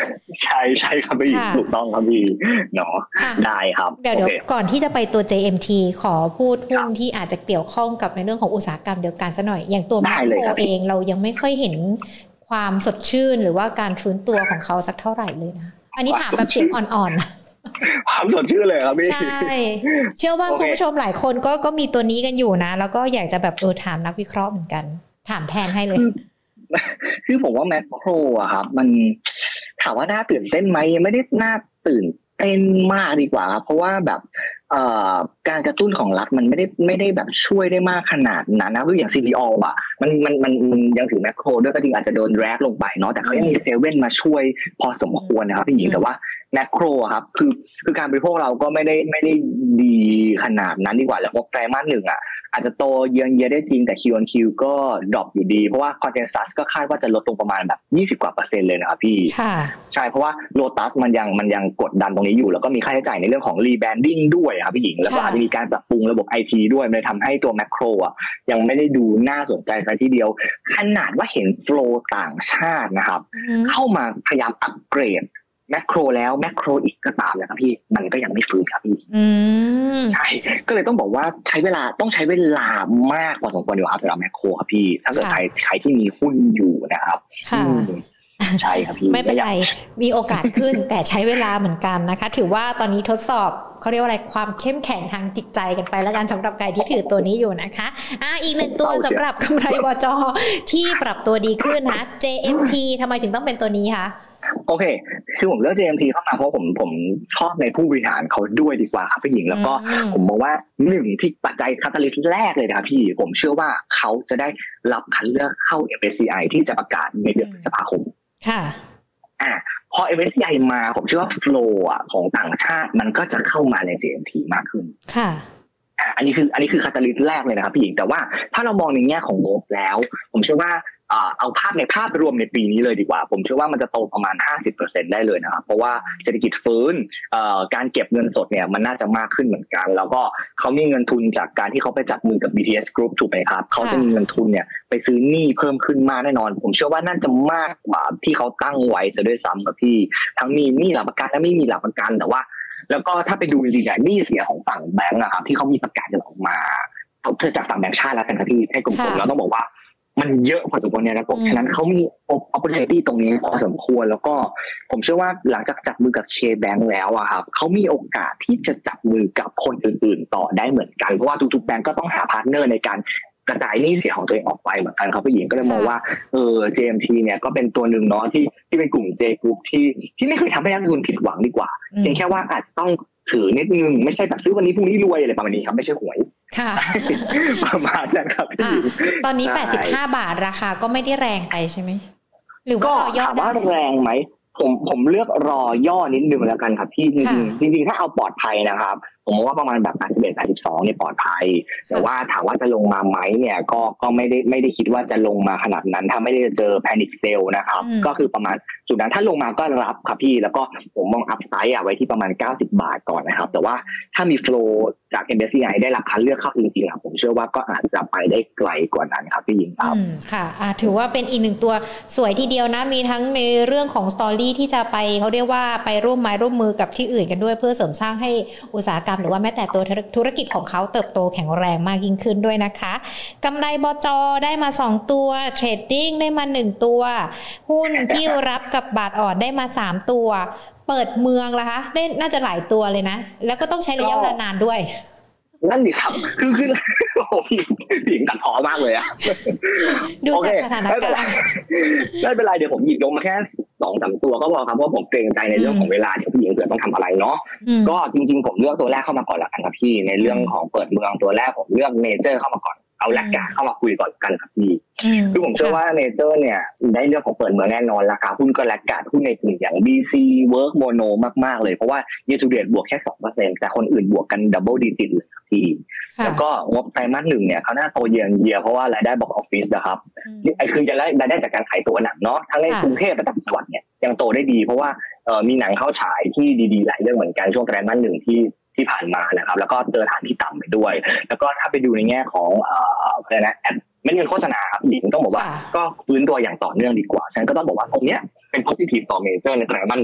ใช่ใช่ครับพี่ถูกต้องครับพี่เนาะได้ครับเดี๋ยวเดี๋ยวก่อนที่จะไปตัว เจ เอ็ม ที ขอพูดหุ้นที่อาจจะเกี่ยวข้องกับในเรื่องของอุตสาหกรรมเดียวกันซะหน่อยอย่างตัวแมคโครเองเรายังไม่ค่อยเห็นความสดชื่นหรือว่าการฟื้นตัวของเขาสักเท่าไหร่เลยนะอันนี้ถามแบบเสียงอ่อนๆความสดชื่นเลยครับพี่ใช่เชื่อว่าคุณผู้ชมหลายคนก็ก็มีตัวนี้กันอยู่นะแล้วก็อยากจะแบบเออถามนักวิเคราะห์เหมือนกันถามแทนให้เลยคือผมว่าแมคโครอะครับมันถามว่าน่าตื่นเต้นไหมยังไม่ได้น่าตื่นเต้นมากดีกว่าครับเพราะว่าแบบการกระตุ้นของรัฐมันไม่ได้ไม่ได้แบบช่วยได้มากขนาดนั้นนะคืออย่าง ซี พี โอ อ่ะมันมันมันยังถือแมคโครด้วยก็จริงอาจจะโดนแรกลงไปเนาะแต่เขายังมีเซเว่นมาช่วยพอสมควรนะครับพี่หญิงแต่ว่าแมคโครครับคือคือการบริโภคเราก็ไม่ได้ไม่ได้ดีขนาดนั้นดีกว่าแล้วก็ไตรมาสหนึ่งอ่ะอาจจะโตเยือนเยียได้จริงแต่ Q on Q ก็ดรอปอยู่ดีเพราะว่า Consensus ก็คาดว่าจะลดลงประมาณแบบยี่สิบกว่าเปอร์เซ็นต์เลยนะครับพี่ใช่เพราะว่า Lotus มันยังมันยังกดดันตรงนี้อยู่แล้วก็มีค่าใช้จ่ายในเรื่องของ rebranding ด้วยครับพี่หญิงแล้วก็อาจจะมีการปรับปรุงระบบ ไอ ที ด้วยมันทำให้ตัวแมคโครอ่ะยังไม่ได้ดูน่าสนใจซะทีเดียวขนาดว่าเห็นโฟลว์ต่างชาตินะครับเข้ามาพยายามอัปเกรดแมคโครแล้วแมคโครอีกก็ตามนะครับพี่มันก็ยังไม่ฟื้นครับพี่ใช่ก็เลยต้องบอกว่าใช้เวลาต้องใช้เวลามากพอสมควรอยู่ครับสำหรับแมคโครครับพี่ถ้าเกิดใครใครที่มีหุ้นอยู่นะครับใช่ครับพี่ไม่เป็นไรมีโอกาสขึ้นแต่ใช้เวลาเหมือนกันนะคะถือว่าตอนนี้ทดสอบเขาเรียกว่าอะไรความเข้มแข็งทางจิตใจกันไปแล้วกันสำหรับใครที่ถือตัวนี้อยู่นะคะอ่ะอีกหนึ่งตัวสำหรับกำไรบจ.ที่ปรับตัวดีขึ้นนะ เจ เอ็ม ที ทำไมถึงต้องเป็นตัวนี้คะโอเคคือผมเลือก เจ เอ็ม ที เข้ามาเพราะผมผมชอบในผู้บริหารเขาด้วยดีกว่าครับพี่หญิงแล้วก็ผมมองว่าหนึ่งที่ปัจจัยคาตาลิสต์แรกเลยนะครับพี่ผมเชื่อว่าเขาจะได้รับคัดเลือกเข้า เอ็ม เอส ซี ไอ ที่จะประกาศในเดือนพฤษภาคมค่ะอ่าพอ เอ็ม เอส ซี ไอ มาผมเชื่อว่าโฟลว์อ่ะของต่างชาติมันก็จะเข้ามาใน เจ เอ็ม ที มากขึ้นค่ะอ่าอันนี้คืออันนี้คือคาตาลิสต์แรกเลยนะครับพี่หญิงแต่ว่าถ้าเรามองในแง่ของงบแล้วผมเชื่อว่าเอาภาพในภาพรวมในปีนี้เลยดีกว่าผมเชื่อว่ามันจะโตประมาณ ห้าสิบเปอร์เซ็นต์ ได้เลยนะครับเพราะว่าเศรษฐกิจฟื้นการเก็บเงินสดเนี่ยมันน่าจะมากขึ้นเหมือนกันแล้วก็เขามีเงินทุนจากการที่เขาไปจับมือกับ บี ที เอส Group ถูกไหมครับเขาจะมีเงินทุนเนี่ยไปซื้อหนี้เพิ่มขึ้นมากแน่นอนผมเชื่อว่าน่าจะมากกว่าที่เขาตั้งไว้จะด้วยซ้ำกับพี่ทั้งมีหนี้หลักประกันและไม่มีหลักประกันแต่ว่าแล้วก็ถ้าไปดูจริงๆหนี้เสียของฝั่งแบงก์นะครับที่เขามีประกาศออกมาเธอจากฝั่งแบงก์ชาติแล้วกันครับพี่ให้กลมๆแล้วต้องบอกว่ามันเยอะพอสมควรเนี่ยนะผมฉะนั้นเขามี opportunity ตรงนี้พอสมควรแล้วก็ผมเชื่อว่าหลังจากจับมือกับ K Bank แล้วอะครับเขามีโอกาสที่จะจับมือกับคนอื่นๆต่อได้เหมือนกันเพราะว่าทุกๆแบงก์ก็ต้องหาพาร์ทเนอร์ในการกระจายหนี้เสียของตัวเองออกไปเหมือนกันครับพี่หญิงก็เลยมองว่าเออ เจ เอ็ม ที เนี่ยก็เป็นตัวหนึ่งเนาะที่ที่เป็นกลุ่ม J Group ที่ที่ไม่เคยทำให้นักลงทุนผิดหวังดีกว่าเพียงแค่ว่าอาจต้องถือนิดนึงไม่ใช่แบบซื้อวันนี้พรุ่งนี้รวยอะไรประมาณนี้ครับไม่ใช่หวยค่ะประมาณนั้นครับพี่ตอนนี้แปดสิบห้าบาทราคาก็ไม่ได้แรงไปใช่ไหมหรือว่าก็ถามว่าแรงไหมผมผมเลือกรอย่อนิดนึงแล้วกันครับพี่จริงจริงๆถ้าเอาปลอดภัยนะครับผมว่าประมาณแบบแปดสิบเอ็ด แปดสิบสองเนี่ยปลอดภัยแต่ว่าถามว่าจะลงมาไหมเนี่ยก็ก็ไม่ได้ไม่ได้คิดว่าจะลงมาขนาดนั้นถ้าไม่ได้เจอแพนิคเซลนะครับก็คือประมาณจุดนั้นถ้าลงมาก็รับครับพี่แล้วก็ผมมองอัพไซด์อ่ะไว้ที่ประมาณเก้าสิบบาทก่อนนะครับแต่ว่าถ้ามีโฟลว์จาก เอ็ม เอส ซี ไอ ได้รับคัดเลือกเข้าจริงๆครับผมเชื่อว่าก็อาจจะไปได้ไกลกว่านั้นครับพี่หญิงครับค่ะอ่าถือว่าเป็นอีกหนึ่งตัวสวยทีเดียวนะมีทั้งในเรื่องของสตอรี่ที่จะไปเขาเรียกว่าไปร่วมไม้ร่วมมือกับที่อื่นกันด้วยเพื่อเสริมสร้างให้อุตสาหกรรมหรือว่าแม้แต่ตัวธุรกิจของเขาเติบโตแข็งแรงมากยิ่งขึ้นด้วยนะคะกำไรบจ.ได้มาสองตัวเทรดดิ้งได้มาหนึ่งตัวหุ้นที่รับกับบาทอ่อนได้มาสามตัวเปิดเมืองล่ะคะได้น่าจะหลายตัวเลยนะแล้วก็ต้องใช้ระยะเวลานานด้วยนั่นดิครับคือคือโอ้โหพี่พี่ตัดพ้อมากเลยอะดูจากสถานการณ์ไม่เป็นไรเดี๋ยวผมหยิบยกมาแค่สองสามตัวก็พอครับเพราะผมเกรงใจในเรื่องของเวลาเดี๋ยวผู้หญิงเกิดต้องทำอะไรเนาะก็จริงๆผมเลือกตัวแรกเข้ามาก่อนละกันครับพี่ในเรื่องของเปิดเมืองตัวแรกผมเลือกเนเจอร์เข้ามาก่อนเอาแลกกาเข้ามาคุยก่อนกันครับพี่คือผมเชื่อว่าเนเจอร์เนี่ยได้เรื่องของเปิดเมืองแน่นอนราคาหุ้นก็แลกกาหุ้นในกลุ่มอย่าง บี ซี Work Mono มากๆเลยเพราะว่า year to date บวกแค่ สองเปอร์เซ็นต์ แต่คนอื่นบวกกัน double digit เลยครับพี่แล้วก็งบไตรมาสหนึ่งเนี่ยเขาน่าโตเยียร์เยียร์เพราะว่ารายได้บ็อกออฟฟิศนะครับไอ้คือจะได้รายได้จากการขายตั๋วหนังเนาะทั้งในกรุงเทพและต่างจังหวัดเนี่ยยังโตได้ดีเพราะว่าเอ่อมีหนังเข้าฉายที่ดีๆหลายเรื่องเหมือนกันช่วงไตรมาสหนึ่งที่ที่ผ่านมานะครับแล้วก็เจอฐานที่ต่ำไปด้วยแล้วก็ถ้าไปดูในแง่ของเอ่ออะไรนะแอดไม่เงินโฆษณาครับหญิงต้องบอกว่าก็ฟื้นตัวอย่างต่อเนื่องดีกว่าฉะนั้นก็ต้องบอกว่าตรงเนี้ยเป็น positive ต่อเมเจอร์ในไตรมาสหนึ่ง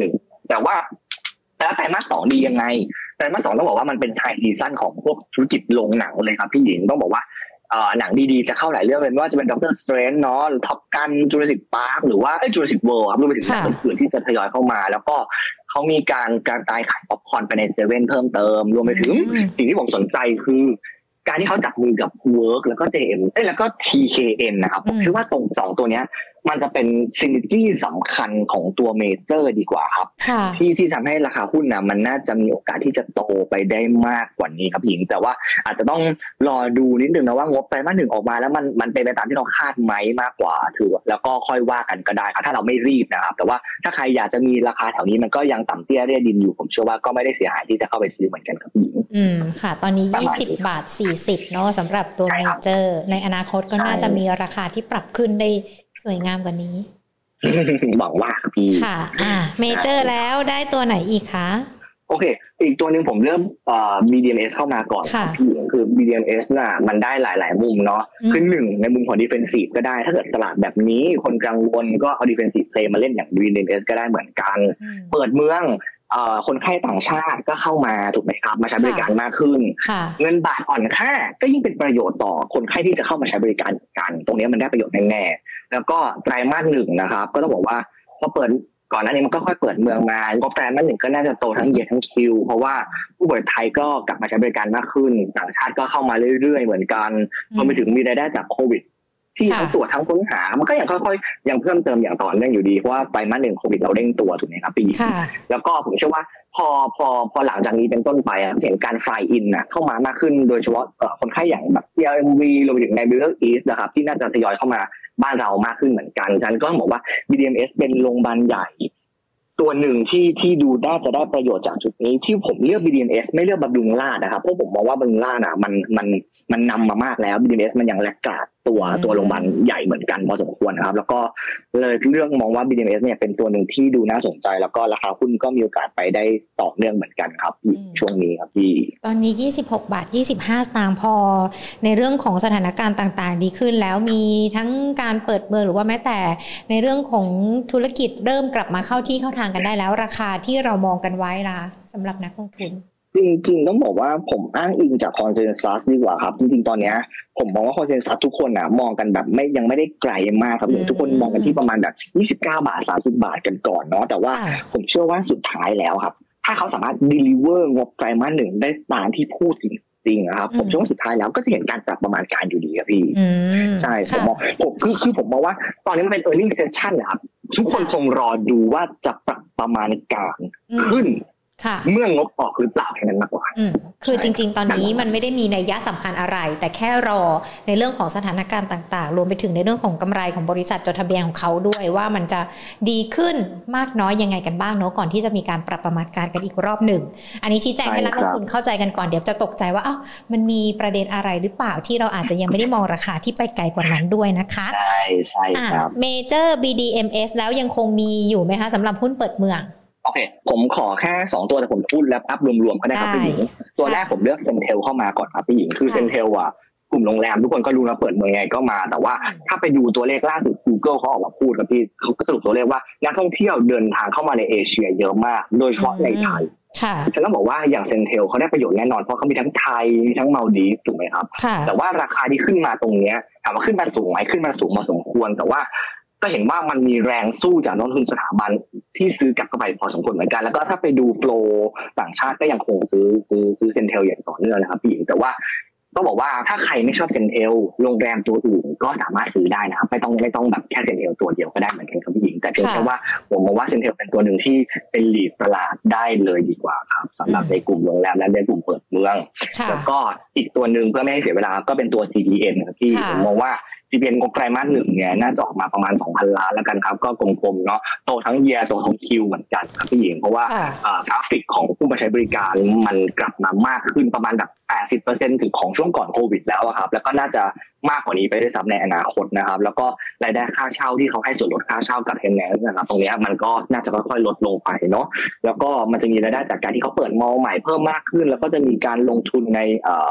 แต่ว่าแล้วไตรมาสสองดียังไงไตรมาสสองต้องบอกว่ามันเป็นไฮซีซั่นของพวกธุรกิจโรงหนังเลยครับพี่หญิงต้องบอกว่าเอ่อหนังดีๆจะเข้าหลายเรื่องเลยไม่ว่าจะเป็นด็อกเตอร์สเตรนจ์เนาะท็อปกันจูราสสิคพาร์คหรือว่าเอ้ยจูราสสิคเวิลด์ครับรวมไปถึงหนังอื่นๆที่จะทยอยเข้ามาแล้วก็เขามีการการตายขายป๊อปคอร์นไปในเซเว่นเพิ่มเติมรวมไปถึงสิ่งที่ผมสนใจคือการที่เขาจับมือกับ Work แล้วก็ เจ เอ็ม เอ้ยแล้วก็ ที เค เอ็น นะครับผมคิดว่าตรงสองตัวเนี้ยมันจะเป็นซินจี้สำคัญของตัวเมเจอร์ดีกว่าครับที่ที่ทำให้ราคาหุ้นนะมันน่าจะมีโอกาสที่จะโตไปได้มากกว่านี้ครับหญิงแต่ว่าอาจจะต้องรอดูนิดนึงนะว่างบไตรมาสหนึ่งออกมาแล้วมันมันเป็นไปตามที่เราคาดไหมมากกว่าถือแล้วก็ค่อยว่ากันก็ได้ครับถ้าเราไม่รีบนะครับแต่ว่าถ้าใครอยากจะมีราคาแถวนี้มันก็ยังต่ำเตี้ยเรียดินอยู่ผมเชื่อว่าก็ไม่ได้เสียหายที่จะเข้าไปซื้อเหมือนกันครับหญิงอืมค่ะตอนนี้ยี่สิบบาทสี่สิบเนาะสำหรับตัวเมเจอร์ในอนาคตก็น่าจะมีราคาที่ปรับขึ้นได้สวยงามกว่านี้หวังว่าครับพี่ค่ะอ่าเมเจอร์แล้วได้ตัวไหนอีกคะโอเคอีกตัวหนึ่งผมเริ่มเอ่อ บี ดี เอ็ม เอส เข้ามาก่อนพี่คือ บี ดี เอ็ม เอส น่ะมันได้หลายๆมุมเนาะคือหนึ่งในมุมของ defensive ก็ได้ถ้าเกิดตลาดแบบนี้คนกังวลก็เอา defensive play มาเล่นอย่าง บี ดี เอ็ม เอส ก็ได้เหมือนกันเปิดเมืองเอ่อคนไข้ต่างชาติก็เข้ามาถูกไหมครับมาใช้บริการมากขึ้นเงินบาทอ่อนค่าก็ยิ่งเป็นประโยชน์ต่อคนไข้ที่จะเข้ามาใช้บริการกันตรงนี้มันได้ประโยชน์แน่ๆแล้วก็ไตรมาสหนึ่งนะครับก็ต้องบอกว่าพอเปิดก่อนหน้านี้มันก็ค่อยเปิดเมืองมาก็ไตรมาสหนึ่งก็น่าจะโตทั้งเยียร์ทั้งคิวเพราะว่าผู้ป่วยไทยก็กลับมาใช้บริการมากขึ้นต่างชาติก็เข้ามาเรื่อยๆเหมือนกันรวมไปถึงมีรายได้จากโควิดที่ทั้งตรวจทั้งค้นหามันก็ยังค่อยๆยังเพิ่มเติมอย่างต่อเนื่องอยู่ดีเพราะว่าไตรมาสหนึ่งโควิดเราเร่งตัวถูกไหมครับปีแล้วก็ผมเชื่อว่าพอพอพอหลังจากนี้เป็นต้นไปอ่ะเห็นการไฟล์อินน่ะเข้ามามากขึ้นโดยเฉพาะเอ่อคนไข้อย่างแบบ ที อาร์ เอ็ม วี รวมไปถึงใน Middle East นะครับที่น่าจะทยอยเข้ามาบ้านเรามากขึ้นเหมือนกันฉะนั้นก็ต้องบอกว่า บี ดี เอ็ม เอส เป็นโรงพยาบาลใหญ่ตัวหนึ่งที่ที่ดูน่าจะได้ประโยชน์จากจุดนี้ที่ผมเลือก บี ดี เอ็ม เอส ไม่เลือกบำรุงราษฎร์นะครับเพราะผมมองว่าบำรุงราษฎร์อ่ะมันมันมันนำมามากแล้ว บี ดี เอ็ม เอส มันยังแลกขาดตัวตัวโรงพยาบาลใหญ่เหมือนกันพอสมควรนะครับแล้วก็เลยเลือกมองว่า บี ดี เอ็ม เอส เนี่ยเป็นตัวหนึ่งที่ดูน่าสนใจแล้วก็ราคาหุ้นก็มีโอกาสไปได้ต่อเนื่องเหมือนกันครับช่วงนี้ครับพี่ตอนนี้ยี่สิบหกบาทยี่สิบห้าสตางค์พอในเรื่องของสถานการณ์ต่างๆดีขึ้นแล้วมีทั้งการเปิดเมืองหรือว่าแม้แต่ในเรื่องของธุรกิจเริ่มกลับมาเข้าที่เข้าทางกันได้แล้วราคาที่เรามองกันไว้ล่ะสำหรับนักลงทุนจริงๆต้องบอกว่าผมอ้างอิงจากคอนเซนแซสดีกว่าครับจริงๆตอนนี้ผมมองว่าคอนเซนแซสทุกคนนะมองกันแบบไม่ยังไม่ได้ไกลมากครับทุกคนมองกันที่ประมาณแบบยี่สิบเก้าบาทสามสิบบาทกันก่อนเนาะแต่ว่าผมเชื่อว่าสุดท้ายแล้วครับถ้าเขาสามารถ deliver งบไตรมาสหนึ่งได้ตามที่พูดจริงจริงนะครับผมเชื่อว่าสุดท้ายแล้วก็จะเห็นการปรับประมาณการอยู่ดีครับพี่ใช่ผมมองผมคือคือผมมองว่าตอนนี้มันเป็น earning session นะครับทุกคนคงรอดูว่าจะปรับประมาณการขึ้นเมื่องบออกหรือเปล่าแค่นั้นมากกว่าคือจริงๆตอนนี้มันไม่ได้มีนัยยะสำคัญอะไรแต่แค่รอในเรื่องของสถานการณ์ต่างๆรวมไปถึงในเรื่องของกำไรของบริษัทจดทะเบียนของเขาด้วยว่ามันจะดีขึ้นมากน้อยยังไงกันบ้างเนาะก่อนที่จะมีการปรับประมาณการกันอีกรอบหนึ่งอันนี้ชี้แจงให้นักลงทุนเข้าใจกันก่อนเดี๋ยวจะตกใจว่าอ้าวมันมีประเด็นอะไรหรือเปล่าที่เราอาจจะยังไม่ได้มองราคาที่ไปไกลกว่านั้นด้วยนะคะใช่ใช่ครับเมเจอร์ บี ดี เอ็ม เอส แล้วยังคงมีอยู่ไหมคะสำหรับหุ้นเปิดเมืองโอเคผมขอแค่สองตัวแต่ผมพูดแล้วอัพรวมๆก็ได้ครับพี่หญิงตัวแรกผมเลือกเซนเทลเข้ามาก่อนครับพี่หญิงคือเซนเทลอ่ะกลุ่มโรงแรมทุกคนก็รู้นะเปิดเมืองไงก็มาแต่ว่าถ้าไปดูตัวเลขล่าสุด Google เขาออกมาพูดครับพี่เขาก็สรุปตัวเลขว่านักท่องเที่ยวเดินทางเข้ามาในเอเชียเยอะมากโดยเฉพาะในไทยฉันต้องบอกว่าอย่างเซนเทลเขาได้ประโยชน์แน่นอนเพราะเขามีทั้งไทยมีทั้งมาลดีฟถูกไหมครับแต่ว่าราคาที่ขึ้นมาตรงนี้ถามว่าขึ้นมาสูงไหมขึ้นมาสูงมาสมควรแต่ว่าก็เห็นว่ามันมีแรงสู้จากนักลงทุนสถาบันที่ซื้อกลับเข้าไปพอสมควรเหมือนกันแล้วก็ถ้าไปดูโฟลว์ต่างชาติก็ยังคงซื้อซื้อซื้อเซนเทลอย่างต่อเนื่องนะครับพี่หญิงแต่ว่าต้องบอกว่าถ้าใครไม่ชอบเซนเทลโรงแรมตัวอื่นก็สามารถซื้อได้นะครับไม่ต้องไม่ต้องแบบแค่เซนเทลตัวเดียวก็ได้เหมือนกันครับพี่หญิงแต่เพียงแค่ว่าผมมองว่าเซนเทลเป็นตัวหนึ่งที่เป็นลีดตลาดได้เลยดีกว่าครับสำหรับในกลุ่มโรงแรมและในกลุ่มเปิดเมืองแล้วก็อีกตัวหนึ่งเพื่อไม่ให้เสียเวลาก็เป็นตัว ซี พี เอ็น ครับพี่ผมมองว่าซี พี เอ็น งบไตรมาสหนึ่งเนี่ยน่าจะออกมาประมาณ สองพัน ล้านแล้วกันครับก็กลมๆเนาะโตทั้งเยียร์โตทั้งคิวเหมือนกันครับพี่หญิงเพราะว่ากราฟิกของผู้มาใช้บริการมันกลับมามากขึ้นประมาณแบบ แปดสิบเปอร์เซ็นต์ ถึงของช่วงก่อนโควิดแล้วครับแล้วก็น่าจะมากกว่านี้ไปได้ซ้ำในอนาคตนะครับแล้วก็รายได้ค่าเช่าที่เขาให้ส่วนลดค่าเช่ากับเทนแนนซ์นะครับตรงนี้มันก็น่าจะค่อยๆลดลงไปเนาะแล้วก็มันจะมีรายได้จากการที่เขาเปิดมอลล์ใหม่เพิ่มมากขึ้นแล้วก็จะมีการลงทุนในเอ่อ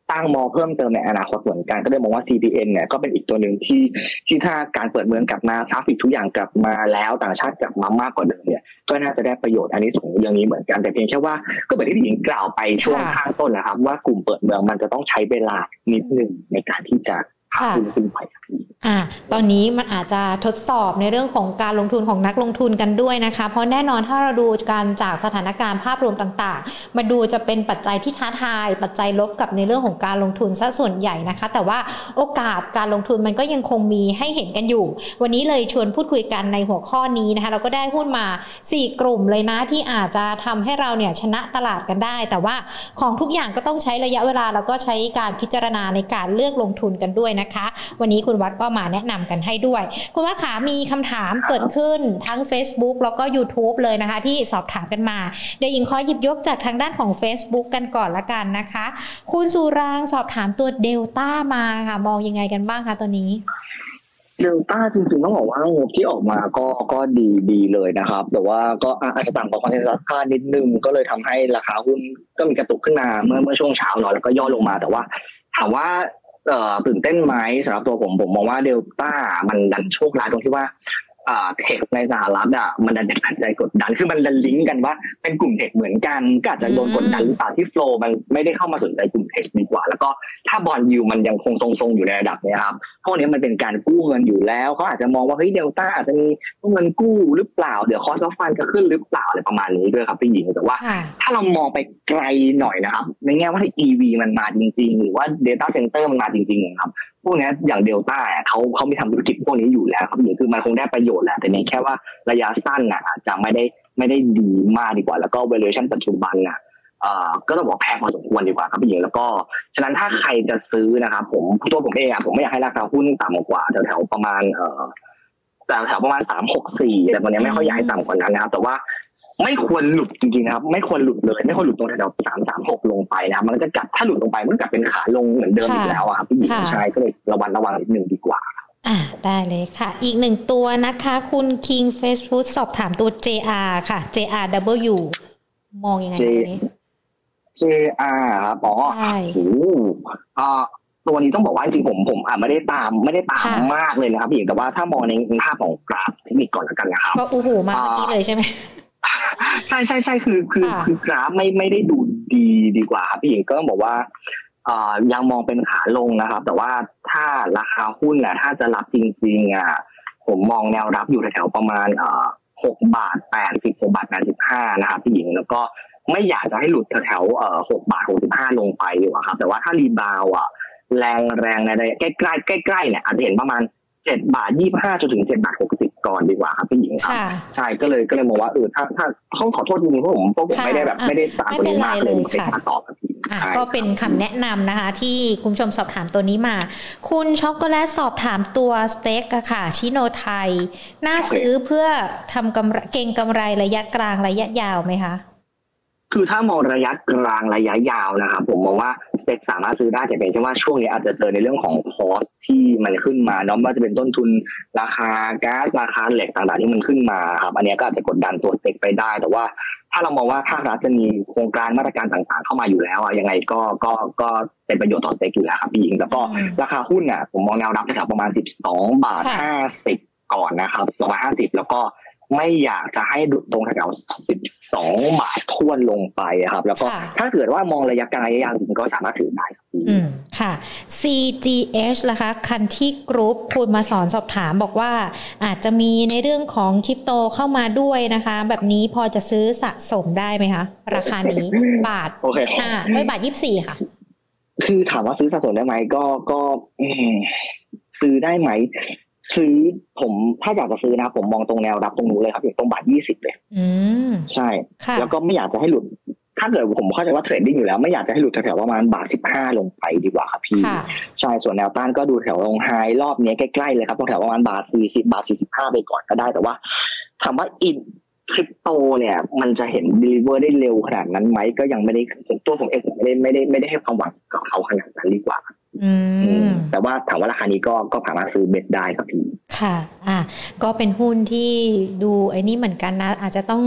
ตั้งมอเพิ่มเติมในอนาคตเหมือนกันก็เลยมองว่า ซี พี เอ็น เนี่ยก็เป็นอีกตัวหนึ่งที่ที่ถ้าการเปิดเมืองกลับมาทราฟฟิกทุกอย่างกลับมาแล้วต่างชาติกลับมามากกว่าเดิมเนี่ยก็น่าจะได้ประโยชน์อันนี้ส่งเรื่องนี้เหมือนกันแต่เพียงแค่ว่าก็เหมือนที่พี่หญิงกล่าวไปช่วงข้างต้นนะครับว่ากลุ่มเปิดเมืองมันจะต้องใช้เวลานิดนึงในการที่จะขึ้นขึ้นไปอ่าตอนนี้มันอาจจะทดสอบในเรื่องของการลงทุนของนักลงทุนกันด้วยนะคะเพราะแน่นอนถ้าเราดูการจากสถานการณ์ภาพรวมต่างๆมาดูจะเป็นปัจจัยที่ท้าทายปัจจัยลบกับในเรื่องของการลงทุนซะส่วนใหญ่นะคะแต่ว่าโอกาสการลงทุนมันก็ยังคงมีให้เห็นกันอยู่วันนี้เลยชวนพูดคุยกันในหัวข้อนี้นะคะเราก็ได้หุ้นมาสี่กลุ่มเลยนะที่อาจจะทำให้เราเนี่ยชนะตลาดกันได้แต่ว่าของทุกอย่างก็ต้องใช้ระยะเวลาแล้วก็ใช้การพิจารณาในการเลือกลงทุนกันด้วยนะคะวันนี้คุณวัดก็มาแนะนำกันให้ด้วยคุณวัดขามีคำถามเกิดขึ้นทั้ง Facebook แล้วก็ YouTube เลยนะคะที่สอบถามกันมาเดี๋ยวหญิงขอหยิบยกจากทางด้านของ Facebook กันก่อนละกันนะคะคุณสุรางสอบถามตัวเดลต้ามาค่ะมองยังไงกันบ้างคะตัวนี้เดลต้าจริงๆต้องบอกว่างบที่ออกมาก็ก็ดีดีเลยนะครับแต่ว่าก็อาจจะต่ำกว่าคอนเซนซัสคาดนิดนึงก็เลยทำให้ราคาหุ้นก็มีกระตุกขึ้นมาเมื่อเมื่อช่วงเช้าหน่อยแล้วก็ย่อลงมาแต่ว่าถามว่าเอ่อตื่นเต้นไหมสำหรับตัวผมผมมองว่าเดลต้ามันดันโชคร้ายตรงที่ว่าอ่าเทคในสหรัฐอ่ะมันดันเป็นปัจจัยกดดันคือมันดันลิงก์กันว่าเป็นกลุ่มเทคเหมือนกันก็อาจจะโดนกดดันหรือเปล่าที่โฟลว์มันไม่ได้เข้ามาสนใจกลุ่มเทคดีกว่าแล้วก็ถ้าบอนด์ยิลด์มันยังคงทรงๆอยู่ในระดับนี้ครับพวกนี้มันเป็นการกู้เงินอยู่แล้วเขาอาจจะมองว่าเฮ้ยเดลต้าอาจจะมีเงินกู้หรือเปล่าเดี๋ยวคอสต์ออฟฟันจะขึ้นหรือเปล่าอะไรประมาณนี้ด้วยครับพี่หญิงแต่ว่าถ้าเรามองไปไกลหน่อยนะครับในแง่ว่าถ้า อี วี มันมาจริงๆหรือว่า Data Center มันมาจริงๆครับพวกนี้อย่างเดลต้าเขาเขามีทำธุรกิจพวกนี้อยู่แล้วครับคือมันคงได้ประโยชน์แหละแต่เนี่ยแค่ว่าระยะสั้นน่ะอาจจะไม่ได้ไม่ได้ดีมากดีกว่าแล้วก็ valuation ปัจจุบันน่ะเอ่อก็ต้องบอกแพงพอสมควรดีกว่าครับพี่หญิงแล้วก็ฉะนั้นถ้าใครจะซื้อนะครับผมตัวผมเองอ่ะผมไม่อยากให้ราคาหุ้นต่ำกว่าแถวๆประมาณเอ่อแต่แถวประมาณสาม หก สี่แต่ตอนนี้ไม่ค่อยอยากให้ต่ำกว่านั้นนะครับแต่ว่าไม่ควรหลุดจริงๆนะครับไม่ควรหลุดเลยไม่ควรหลุดตรงแถวสาม สาม หกลงไปนะมันก็กลับถ้าหลุดลงไปมันกลับเป็นขาลงเหมือนเดิมอีกแล้วอ่ะครับพี่หญิงใช่ก็เลยระวังระวังนิดนึงดีกว่าอ่าได้เลยค่ะอีกหนึ่งตัวนะคะคุณ King Fast Food สอบถามตัว เจ อาร์ ค่ะ เจ อาร์ ดับเบิลยู มองยังไงตัวนี้เจ อาร์ ครับอ๋อโอ้อ่าตัวนี้ต้องบอกว่าจริงๆผมผมอ่ะไม่ได้ตามไม่ได้ตามมากเลยนะครับพี่หญิงแต่ว่าถ้ามองในภาพของกราฟเทคนิคก่อนแล้วกันนะครับก็อู้หูมาเมื่อกี้เลยใช่ไหมใช่ใช่ใช่คือคือคือกราฟไม่ไม่ได้ดูดีดีกว่าครับพี่หญิงก็ต้องบอกว่าอ่ายังมองเป็นขาลงนะครับแต่ว่าถ้าราคาหุ้นน่ะถ้าจะรับจริงๆอ่ะผมมองแนวรับอยู่แถวๆประมาณอ่าหกบาทแปดสิบ หกบาทแปดสิบห้านะครับพี่หญิงแล้วก็ไม่อยากจะให้หลุดแถวๆเอ่อหกบาทหกสิบห้าลงไปดีกว่าครับแต่ว่าถ้ารีบาวอ่ะแรงแรงในใกล้ๆใกล้ๆเนี่ยอาจจะเห็นประมาณเจ็ดบาทยี่สิบห้าจนถึงเจ็ดบาทหกสิบก่อนดีกว่าครับพี่หญิงครับใช่ก็เลยก็เลยมองว่าเออถ้าถ้าต้องขอโทษจริงๆเพราะผมเพราะผมไม่ได้แบบไม่ได้ตามตัวนี้มากเลยไม่ได้ตอบครับพี่ก็เป็นคำแนะนำนะคะที่คุณผู้ชมสอบถามตัวนี้มาคุณช็อกโกแลตสอบถามตัวสเต็กอะค่ะชิโนไทยน่าซื้อเพื่อทำกำไรเก็งกำไรระยะกลางระยะยาวไหมคะคือถ้ามองระยะกลางระยะยาวนะครับผมมองว่าสเต็กสามารถซื้อได้แต่เป็นแค่ว่าช่วงนี้อาจจะเจอในเรื่องของคอสที่มันขึ้นมาเนาะว่าจะเป็นต้นทุนราคาก๊าซราคาเหล็กต่างๆที่มันขึ้นมาครับอันนี้ก็อาจจะกดดันตัวสเต็กไปได้แต่ว่าถ้าเรามองว่าภาครัฐจะมีโครงการมาตรการต่างๆเข้ามาอยู่แล้วอ่ะยังไงก็ก็ก็เป็นประโยชน์ต่อสเต็กอยู่แล้วครับพี่หญิงแล้วก็ราคาหุ้นอ่ะผมมองแนวรับแถวประมาณสิบสองบาทห้าสิบก่อนนะครับสองบาทห้าสิบแล้วก็ไม่อยากจะให้ดุตรงแถวสิบสองบาทท้วนลงไปครับแล้วก็ถ้าเกิดว่ามองระยะกลางระยะยาวจริงก็สามารถถือได้ครับอืมค่ะ ซี จี เอช นะคะคันที่กรุ๊ปคุณมาสอนสอบถามบอกว่าอาจจะมีในเรื่องของคริปโตเข้ามาด้วยนะคะแบบนี้พอจะซื้อสะสมได้ไหมคะราคานี้บาทห้าเอ้ยบาทยี่สิบสี่ค่ะคือถามว่าซื้อสะสมได้ไหมก็ก็ซื้อได้ไหมซื้อผมถ้าอยากจะซื้อนะผมมองตรงแนวรับตรงนู้นเลยครับตรงบาทยี่สิบเลยอืมใช่แล้วก็ไม่อยากจะให้หลุดถ้าเกิดผมเข้าใจว่าเทรดดิ้งอยู่แล้วไม่อยากจะให้หลุดแถวๆประมาณบาทสิบห้าลงไปดีกว่าครับพี่ใช่ส่วนแนวต้านก็ดูแถวลงไฮรอบนี้ใกล้ๆเลยครับตรงแถวประมาณบาทสี่สิบบาทสี่สิบห้าไปก่อนก็ได้แต่ว่าถามว่าอินคริปโตเนี่ยมันจะเห็น deliver ได้เร็วขนาดนั้นไหมก็ยังไม่ได้ตัวผมเองผมไม่ได้ไม่ได้ไม่ได้ให้ความหวังกับเขาขนาดนั้นดีกว่าอืมแต่ว่าถามว่าราคานี้ก็ก็สามารถซื้อเบ็ดได้ครับพี่ค่ะอ่ะก็เป็นหุ้นที่ดูไอ้นี่เหมือนกันนะอาจจะต้อง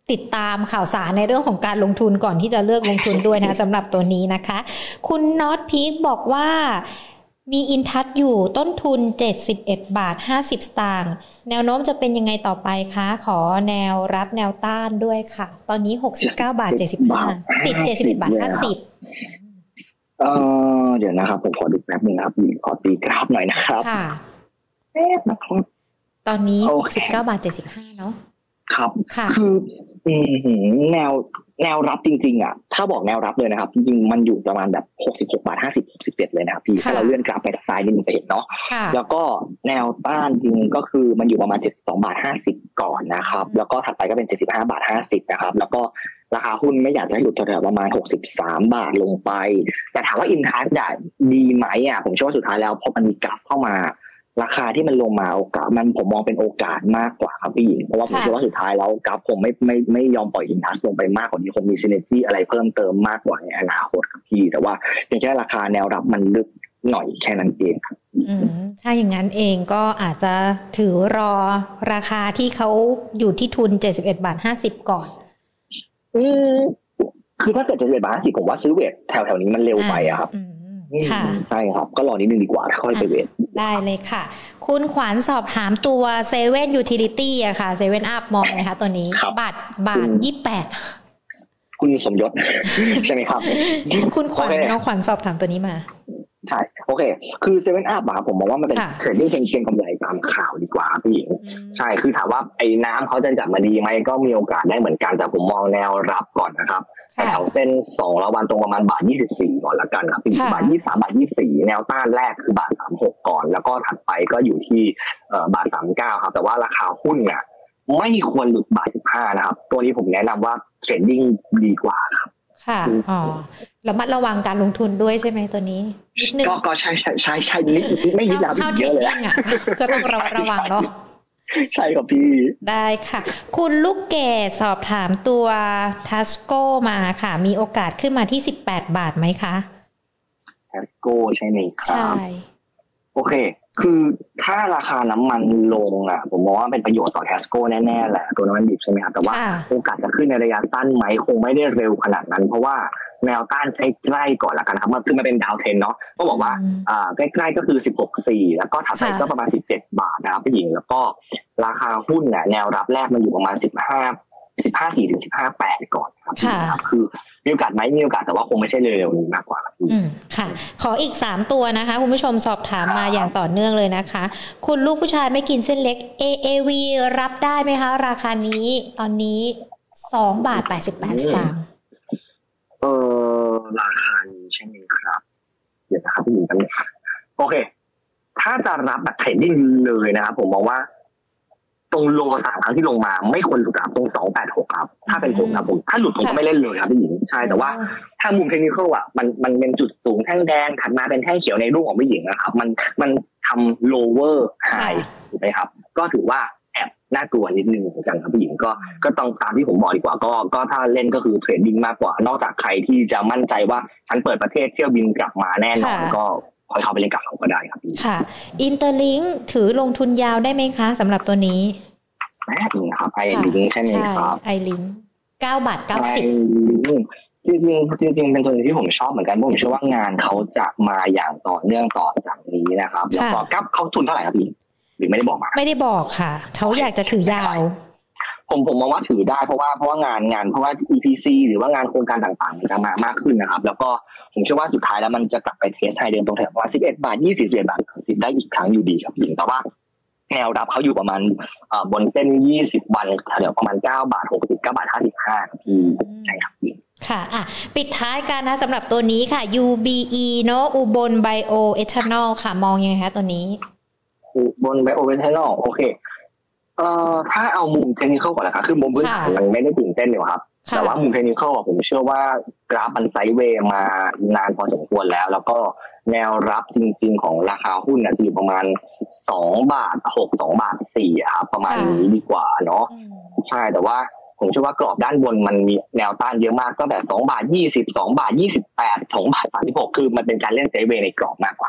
ติดตามข่าวสารในเรื่องของการลงทุนก่อนที่จะเลือกลงทุนด้วยนะสำหรับตัวนี้นะคะคุณน็อตพีคบอกว่ามีอินทัชอยู่ต้นทุนเจ็ดสิบเอ็ดบาทห้าสิบสตางค์แนวโน้มจะเป็นยังไงต่อไปคะขอแนวรับแนวต้านด้วยค่ะตอนนี้หกสิบเก้าบาทเจ็ดสิบห้าติดเจ็ดสิบเอ็ดบาทห้าสิบเออเดี๋ยวนะครับผมขอดูแป๊บนึงนะครับขอตีกราฟหน่อยนะครับค่ะแป๊บนะครับตอนนี้หกสิบเก้าบาทเจ็ดสิบห้าเนาะครับคือแนวแนวรับจริงๆอ่ะถ้าบอกแนวรับเลยนะครับจริงๆมันอยู่ประมาณแบบหกสิบหกบาทห้าสิบ หกสิบเจ็ดเลยนะครับพี่ถ้าเราเลื่อนกราฟไปทางซ้ายนิดนึงจะเห็นเนาะแล้วก็แนวต้านจริงก็คือมันอยู่ประมาณเจ็ดสิบสองบาทห้าสิบก่อนนะครับแล้วก็ถัดไปก็เป็นเจ็ดสิบห้าบาทห้าสิบนะครับแล้วก็ราคาหุ้นไม่อยากจะหลุดแถวๆประมาณหกสิบสามบาทลงไปแต่ถามว่าอินทัชได้ดีไหมอ่ะผมเชื่อว่าสุดท้ายแล้วพอมันมีกราฟเข้ามาราคาที่มันลงมาโอกาสมันผมมองเป็นโอกาสมากกว่าครับพี่หญิงเพราะว่าผมเชื่อว่าสุดท้ายแล้วกราฟผมไม่ไม่ไม่ยอมปล่อยอินทัชลงไปมากกว่านี้คงมีซินเนอร์จี้อะไรเพิ่มเติมมากกว่าในอนาคตครับพี่แต่ว่าเพียงแค่ราคาแนวรับมันลึกหน่อยแค่นั้นเองครับอืมถ้าอย่างนั้นเองก็อาจจะถือรอราคาที่เขาอยู่ที่ทุนเจ็ดสิบเอ็ดบาทห้าสิบก่อนอืมคือถ้าเกิดเจ็ดสิบเอ็ดบาทห้าสิบผมว่าซื้อเวทแถวๆนี้มันเร็วไปอะครับค่ะใช่ครับก็รอนิดนึงดีกว่าค่อยไปเวทได้เลยค่ะคุณขวัญสอบถามตัวเซเว่นยูทิลิตี้อะค่ะเซเว่นอัพมองไหมคะตัวนี้บาทบาทยี่สิบแปดคุณสมยศใช่ไหมครับคุณขวัญน้องขวัญสอบถามตัวนี้มาใช่โอเคคือเซเว่นอัพอะผมมองว่ามันเป็นเทรดดิ้งเก็งกำไรตามข่าวดีกว่าพี่หญิงใช่คือถามว่าไอ้น้ำเขาจะกลับมาดีไหมก็มีโอกาสได้เหมือนกันแต่ผมมองแนวรับก่อนนะครับแถวเส้นสองระวันตรงประมาณบาทยี่สิบสี่ก่อนละกันครับพี่บาทยี่สิบสามบาทยี่สิบสี่แนวต้านแรกคือบาทสามสิบหกก่อนแล้วก็ถัดไปก็อยู่ที่เอ่อบาทสามสิบเก้าครับแต่ว่าราคาหุ้นเนี่ยไม่ควรหลุดบาทสิบห้านะครับตัวนี้ผมแนะนำว่าเทรดดิ้งดีกว่าครับค่ะอ๋อระมัดระวังการลงทุนด้วยใช่ไหมตัวนี้นิดนึงก็ก็ใช่ใช่ใช่ใช่นิดไม่นิดแล้วเยอะเลยอ่ะก็ต้องระมัดระวังเนาะใช่ครับพี่ได้ค่ะคุณลูกเกดสอบถามตัวทัสโกมาค่ะมีโอกาสขึ้นมาที่สิบแปดบาทไหมคะทัสโกใช่ไหมครับใช่โอเคคือถ้าราคาน้ำมันลงอ่ะผมมองว่าเป็นประโยชน์ต่อทัสโกแน่ๆแหละตัวน้ำมันดิบใช่ไหมครับแต่ว่าโอกาสจะขึ้นในระยะสั้นไหมคงไม่ได้เร็วขนาดนั้นเพราะว่าแนวต้านใกล้ๆก่อนละกันครับมันคือมันเป็นดาวเทรนเนาะก็บอกว่าอ่าใกล้ๆก็คือ สิบหกจุดสี่ แล้วก็ถัดไปก็ประมาณสิบเจ็ดบาทนะครับพี่หญิงแล้วก็ราคาหุ้นเนี่ยแนวรับแรกมันอยู่ประมาณสิบห้า สิบห้าจุดสี่ ถึง สิบห้าจุดแปด ก่อนครับครับคือมีโอกาสไหมมีโอกาสแต่ว่าคงไม่ใช่เร็วๆนี้มากกว่าอืมค่ะขออีกสามตัวนะคะคุณผู้ชมสอบถามมาอย่างต่อเนื่องเลยนะคะคุณลูกผู้ชายไม่กินเส้นเล็ก เอ เอ วี รับได้ไหมคะราคานี้ตอนนี้สองบาทแปดสิบแปดสตางค์เออราคานี้ใช่ไหมครับเดี๋ยวนะครับพี่หญิงกันโอเคถ้าจะรับแบบเทรดดิ้งเลยนะครับผมมองว่าตรงโลสามครั้งที่ลงมาไม่ควรหลุดครับตรงสองแปดหกครับถ้าเป็นผมครับผมถ้าหลุดผมก็ไม่เล่นเลยครับพี่หญิงใช่แต่ว่าถ้ามุมเทคนิคอ่ะมันมันเป็นจุดสูงแท่งแดงถัดมาเป็นแท่งเขียวในรูปของพี่หญิงนะครับมันมันทำ lower high ถูกไหมครับก็ถือว่าแอบน่ากลัวนิดนึงเหมือนกันครับพี่หญิงก็ก็ต้องตามที่ผมบอกดีกว่าก็ก็ถ้าเล่นก็คือเทรดดิ้งมากกว่านอกจากใครที่จะมั่นใจว่าฉันเปิดประเทศเที่ยวบินกลับมาแน่นอนก็ค่อยเข้าไปเล่นกับเขาก็ได้ครับค่ะอินเตอร์ลิงค์ถือลงทุนยาวได้ไหมคะสำหรับตัวนี้แม่นี่ครับไอลิงใช่ไหมครับไอลิงเก้าบาทเก้าสิบจริงจริงจริงเป็นตัวที่ผมชอบเหมือนกันเพราะผมเชื่อว่างานเขาจะมาอย่างต่อเนื่องต่อจากนี้นะครับแล้วก็กับเขาทุนเท่าไหร่ครับพี่หรือไม่ได้บอกมาไม่ได้บอกค่ะเขาอยากจะถือยาวผมผมมองว่าถือได้เพราะว่าเพราะว่างานงานเพราะว่า อี พี ซี หรือว่างานโครงการต่างๆจะมามากขึ้นนะครับแล้วก็ผมเชื่อว่าสุดท้ายแล้วมันจะกลับไปเทสไฮเดิมตรงแถวประมาณสิบเอ็ดบาทยี่สิบ สิบเอ็ดบาทสิบได้อีกครั้งอยู่ดีครับพี่แต่ว่าแนวรับเขาอยู่ประมาณอ่าบนเส้นยี่สิบวันแถวประมาณเก้าบาทหกสิบ เก้าบาทห้าสิบห้าครับพี่ใช่ครับพี่ค่ะอ่ะปิดท้ายกันนะสำหรับตัวนี้ค่ะ ยู บี อี เนาะอุบลไบโอเอทานอลค่ะมองยังไงคะตัวนี้อุบลไบโอเอทานอลโอเคเอ่อถ้าเอามุมเทคนิคก่อนละครับคือมุมพื้นฐานมันไม่ได้ตื่นเต้นเลยครับแต่ว่ามุมเทคนิคผมเชื่อว่ากราฟมันไซด์เวย์มานานพอสมควรแล้วแล้วก็แนวรับจริงๆของราคาหุ้นน่ะอยู่ประมาณสองบาทหก สองบาทสี่ครับประมาณนี้ดีกว่าเนาะใช่แต่ว่าผมเชื่อว่ากรอบด้านบนมันมีแนวต้านเยอะมากตั้งแต่สองบาทยี่สิบ สองบาทยี่สิบแปด สองบาทสามสิบหกคือมันเป็นการเล่นไซด์เวย์ในกรอบมากกว่าครับพี่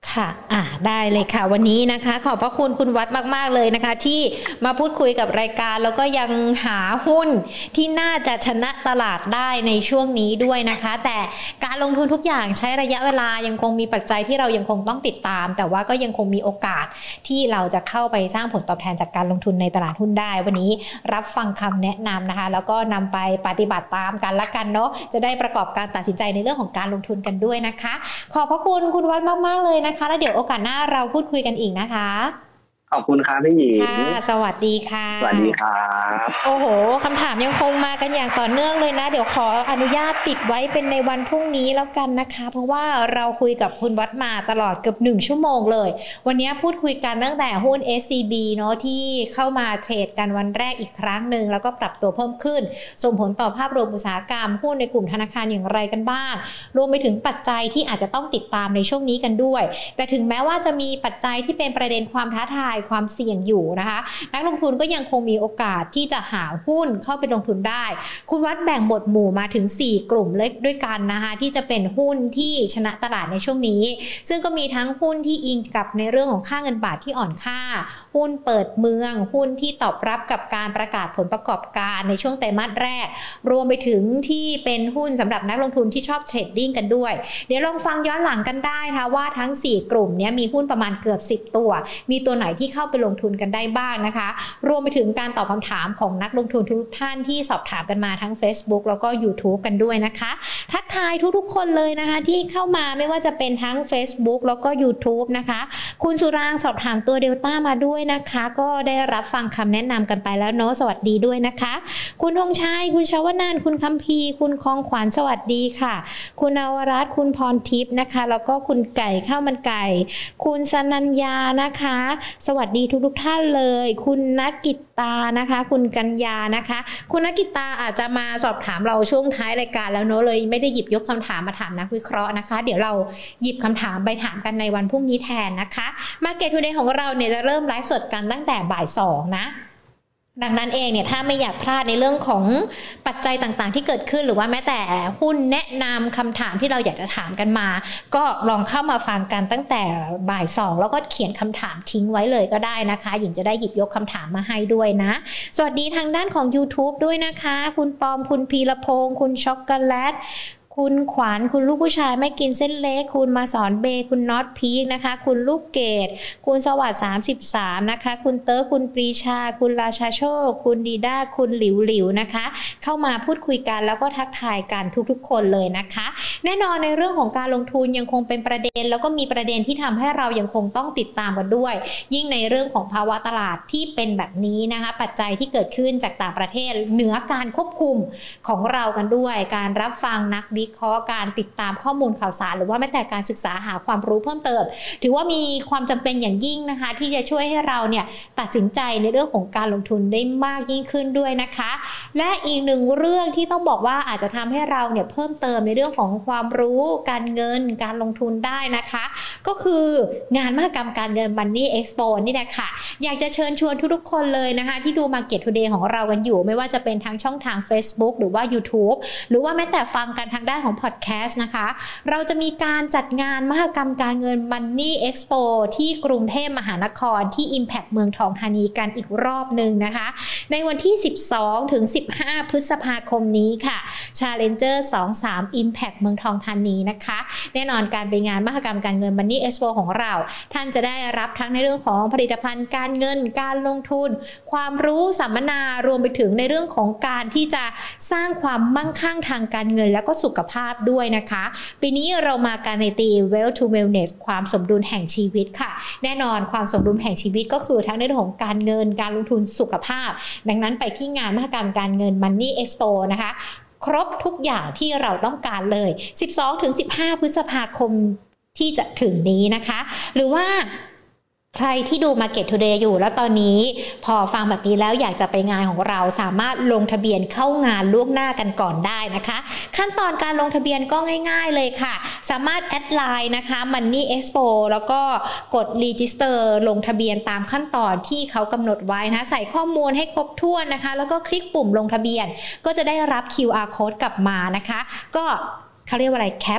ค่ะอ่าได้เลยค่ะวันนี้นะคะขอบพระคุณคุณวัดมากๆเลยนะคะที่มาพูดคุยกับรายการแล้วก็ยังหาหุ้นที่น่าจะชนะตลาดได้ในช่วงนี้ด้วยนะคะแต่การลงทุนทุกอย่างใช้ระยะเวลายังคงมีปัจจัยที่เรายังคงต้องติดตามแต่ว่าก็ยังคงมีโอกาสที่เราจะเข้าไปสร้างผลตอบแทนจากการลงทุนในตลาดหุ้นได้วันนี้รับฟังคำแนะนำนะคะแล้วก็นำไปปฏิบัติตามกันละกันเนาะจะได้ประกอบการตัดสินใจในเรื่องของการลงทุนกันด้วยนะคะขอบพระคุณคุณวัดมากๆเลยนะคะแล้วเดี๋ยวโอกาสหน้าเราพูดคุยกันอีกนะคะขอบคุณครับพี่หญิงค่ะสวัสดีค่ะสวัสดีครับโอ้โหคำถามยังคงมากันอย่างต่อเนื่องเลยนะเดี๋ยวขออนุญาตติดไว้เป็นในวันพรุ่งนี้แล้วกันนะคะเพราะว่าเราคุยกับคุณวัดมาตลอดเกือบหนึ่งชั่วโมงเลยวันนี้พูดคุยกันตั้งแต่หุ้น เอส ซี บี เนาะที่เข้ามาเทรดกันวันแรกอีกครั้งหนึ่งแล้วก็ปรับตัวเพิ่มขึ้นส่งผลต่อภาพรวมอุตสาหกรรมหุ้นในกลุ่มธนาคารอย่างไรกันบ้างรวมไปถึงปัจจัยที่อาจจะต้องติดตามในช่วงนี้กันด้วยแต่ถึงแม้ว่าจะมีปัจจัยที่เป็นประเด็นความท้าทายความเสี่ยงอยู่นะคะนักลงทุนก็ยังคงมีโอกาสที่จะหาหุ้นเข้าไปลงทุนได้คุณวัดแบ่งหมวดหมู่มาถึงสี่กลุ่มเล็กด้วยกันนะคะที่จะเป็นหุ้นที่ชนะตลาดในช่วงนี้ซึ่งก็มีทั้งหุ้นที่อิงกับในเรื่องของค่าเงินบาทที่อ่อนค่าหุ้นเปิดเมืองหุ้นที่ตอบรับกับการประกาศผลประกอบการในช่วงไตรมาสแรกรวมไปถึงที่เป็นหุ้นสำหรับนักลงทุนที่ชอบเทรดดิ้งกันด้วยเดี๋ยวลองฟังย้อนหลังกันได้นะคะว่าทั้งสี่กลุ่มนี้มีหุ้นประมาณเกือบสิบตัวมีตัวไหนที่เข้าไปลงทุนกันได้บ้างนะคะรวมไปถึงการตอบคำถามของนักลงทุนทุกท่านที่สอบถามกันมาทั้ง Facebook แล้วก็ YouTube กันด้วยนะคะทักทายทุกๆคนเลยนะคะที่เข้ามาไม่ว่าจะเป็นทั้ง Facebook แล้วก็ YouTube นะคะคุณสุรางสอบถามตัวเดลต้ามาด้วยนะคะก็ได้รับฟังคำแนะนำกันไปแล้วเนาะสวัสดีด้วยนะคะคุณธงชัยคุณชวนันท์คุณคัมพีร์คุณคองขวัญสวัสดีค่ะคุณนวรัตน์คุณพรทิพย์นะคะแล้วก็คุณไก่ข้าวมันไก่คุณสนัญญานะคะสวัสดีทุกๆท่านเลยคุณนักกิตตานะคะคุณกัญญานะคะคุณนักกิตตาอาจจะมาสอบถามเราช่วงท้ายรายการแล้วเนอะเลยไม่ได้หยิบยกคำถามมาถามนักวิเคราะห์นะคะเดี๋ยวเราหยิบคำถามไปถามกันในวันพรุ่งนี้แทนนะคะ Market Today ของเราเนี่ยจะเริ่มไลฟ์สดกันตั้งแต่บ่ายสองนะดังนั้นเองเนี่ยถ้าไม่อยากพลาดในเรื่องของปัจจัยต่างๆที่เกิดขึ้นหรือว่าแม้แต่หุ้นแนะนำคำถามที่เราอยากจะถามกันมาก็ลองเข้ามาฟังกันตั้งแต่บ่ายสองแล้วก็เขียนคำถามทิ้งไว้เลยก็ได้นะคะหญิงจะได้หยิบยกคำถามมาให้ด้วยนะสวัสดีทางด้านของ YouTube ด้วยนะคะคุณปอมคุณพีรพงศ์คุณช็อกโกแลตคุณขวัญคุณลูกผู้ชายไม่กินเส้นเล็กคุณมาสอนเบคุณน็อตพีคนะคะคุณลูกเกดคุณสวัสดิ์สามสิบสามนะคะคุณเตอร์คุณปรีชาคุณราชาโชคคุณดีด้าคุณหลิวหลิวนะคะเข้ามาพูดคุยกันแล้วก็ทักทายกันทุกๆคนเลยนะคะแน่นอนในเรื่องของการลงทุนยังคงเป็นประเด็นแล้วก็มีประเด็นที่ทำให้เรายังคงต้องติดตามกันด้วยยิ่งในเรื่องของภาวะตลาดที่เป็นแบบนี้นะคะปัจจัยที่เกิดขึ้นจากต่างประเทศเหนือการควบคุมของเรากันด้วยการรับฟังนักวิเคราะห์การติดตามข้อมูลข่าวสารหรือว่าแม้แต่การศึกษาหาความรู้เพิ่มเติมถือว่ามีความจำเป็นอย่างยิ่งนะคะที่จะช่วยให้เราเนี่ยตัดสินใจในเรื่องของการลงทุนได้มากยิ่งขึ้นด้วยนะคะและอีกหนึ่งเรื่องที่ต้องบอกว่าอาจจะทำให้เราเนี่ยเพิ่มเติมในเรื่องของความรู้การเงินการลงทุนได้นะคะก็คืองานมหกรรมการเงิน Money Expo นี่แหละค่ะอยากจะเชิญชวนทุกๆคนเลยนะคะที่ดู Market Today ของเรากันอยู่ไม่ว่าจะเป็นทางช่องทาง Facebook หรือว่า YouTube หรือว่าแม้แต่ฟังกันทางด้านของพอดแคสต์นะคะเราจะมีการจัดงานมหกรรมการเงิน Money Expo ที่กรุงเทพมหานครที่ Impact เมืองทองธานีกันอีกรอบนึงนะคะในวันที่สิบสองถึงสิบห้าพฤษภาคมนี้ค่ะ Challenger สองสาม Impact เมืองทองธานีนะคะแน่นอนการไปงานมหกรรมการเงิน Money Expo ของเราท่านจะได้รับทั้งในเรื่องของผลิตภัณฑ์การเงินการลงทุนความรู้สัมมนารวมไปถึงในเรื่องของการที่จะสร้างความมั่งคั่งทางการเงินและก็สุขภาพด้วยนะคะปีนี้เรามากันในธีม Wealth to Wellness ความสมดุลแห่งชีวิตค่ะแน่นอนความสมดุลแห่งชีวิตก็คือทั้งในเรื่องของการเงินการลงทุนสุขภาพดังนั้นไปที่งานมหกรรมการเงิน Money Expo นะคะครบทุกอย่างที่เราต้องการเลย สิบสองถึงสิบห้า พฤษภาคมที่จะถึงนี้นะคะหรือว่าใครที่ดู Market Today อยู่แล้วตอนนี้พอฟังแบบนี้แล้วอยากจะไปงานของเราสามารถลงทะเบียนเข้างานล่วงหน้ากันก่อนได้นะคะขั้นตอนการลงทะเบียนก็ง่ายๆเลยค่ะสามารถแอดไลน์นะคะ Money Expo แล้วก็กด Register ลงทะเบียนตามขั้นตอนที่เขากำหนดไว้นะใส่ข้อมูลให้ครบถ้วนนะคะแล้วก็คลิกปุ่มลงทะเบียนก็จะได้รับ คิว อาร์ Code กลับมานะคะก็เขาเรียกว่าอะไรแคป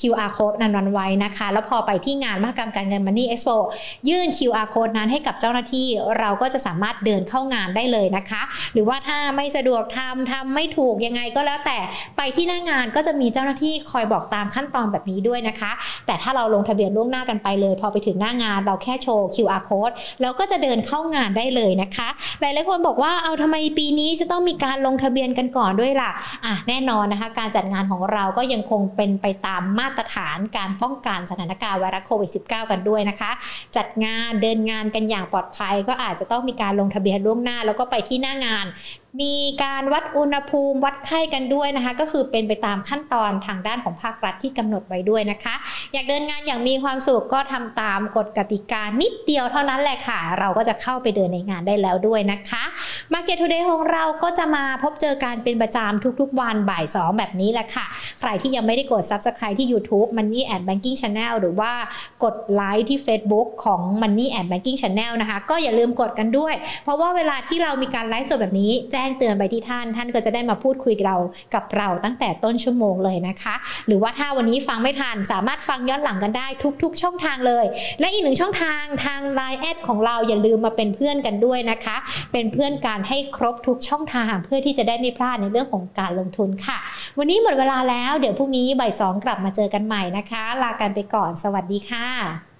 คิว อาร์ Code นั้นไว้นะคะแล้วพอไปที่งานมหกรรมการเงิน Money Expo ยื่น คิว อาร์ Code นั้นให้กับเจ้าหน้าที่เราก็จะสามารถเดินเข้างานได้เลยนะคะหรือว่าถ้าไม่สะดวกทำทำไม่ถูกยังไงก็แล้วแต่ไปที่หน้างานก็จะมีเจ้าหน้าที่คอยบอกตามขั้นตอนแบบนี้ด้วยนะคะแต่ถ้าเราลงทะเบียนล่วงหน้ากันไปเลยพอไปถึงหน้างานเราแค่โชว์ คิว อาร์ Code แล้วก็จะเดินเข้างานได้เลยนะคะหลายๆคนบอกว่าเอาทำไมปีนี้จะต้องมีการลงทะเบียนกันก่อนด้วยล่ะอ่ะแน่นอนนะคะการจัดงานของเราก็ยังคงเป็นไปตามมาตรฐานการป้องกันสถานการณ์ไวรัสโควิด สิบเก้า กันด้วยนะคะจัดงานเดินงานกันอย่างปลอดภัยก็อาจจะต้องมีการลงทะเบียนล่วงหน้าแล้วก็ไปที่หน้างานมีการวัดอุณหภูมิวัดไข้กันด้วยนะคะก็คือเป็นไปตามขั้นตอนทางด้านของภาครัฐที่กำหนดไว้ด้วยนะคะอยากเดินงานอย่างมีความสุขก็ทำตามกฎกติกานิดเดียวเท่านั้นแหละค่ะเราก็จะเข้าไปเดินในงานได้แล้วด้วยนะคะ Market Today ของเราก็จะมาพบเจอกันเป็นประจำทุกๆวันบ่ายสองแบบนี้แหละค่ะใครที่ยังไม่ได้กด Subscribe ที่ YouTube Money and Banking Channel หรือว่ากดไลค์ที่ Facebook ของ Money and Banking Channel นะคะก็อย่าลืมกดกันด้วยเพราะว่าเวลาที่เรามีการไลฟ์สดแบบนี้แจ้งเตือนไปที่ท่านท่านก็จะได้มาพูดคุยกับเรากับเราตั้งแต่ต้นชั่วโมงเลยนะคะหรือว่าถ้าวันนี้ฟังไม่ทันสามารถฟังย้อนหลังกันได้ทุกๆช่องทางเลยและอีกหนึ่งช่องทางทาง ไลน์ แอดของเราอย่าลืมมาเป็นเพื่อนกันด้วยนะคะเป็นเพื่อนกันให้ครบทุกช่องทางเพื่อที่จะได้ไม่พลาดในเรื่องของการลงทุนค่ะวันนี้หมดเวลาแล้วเดี๋ยวพรุ่งนี้บ่ายสองกลับมาเจอกันใหม่นะคะลากันไปก่อนสวัสดีค่ะ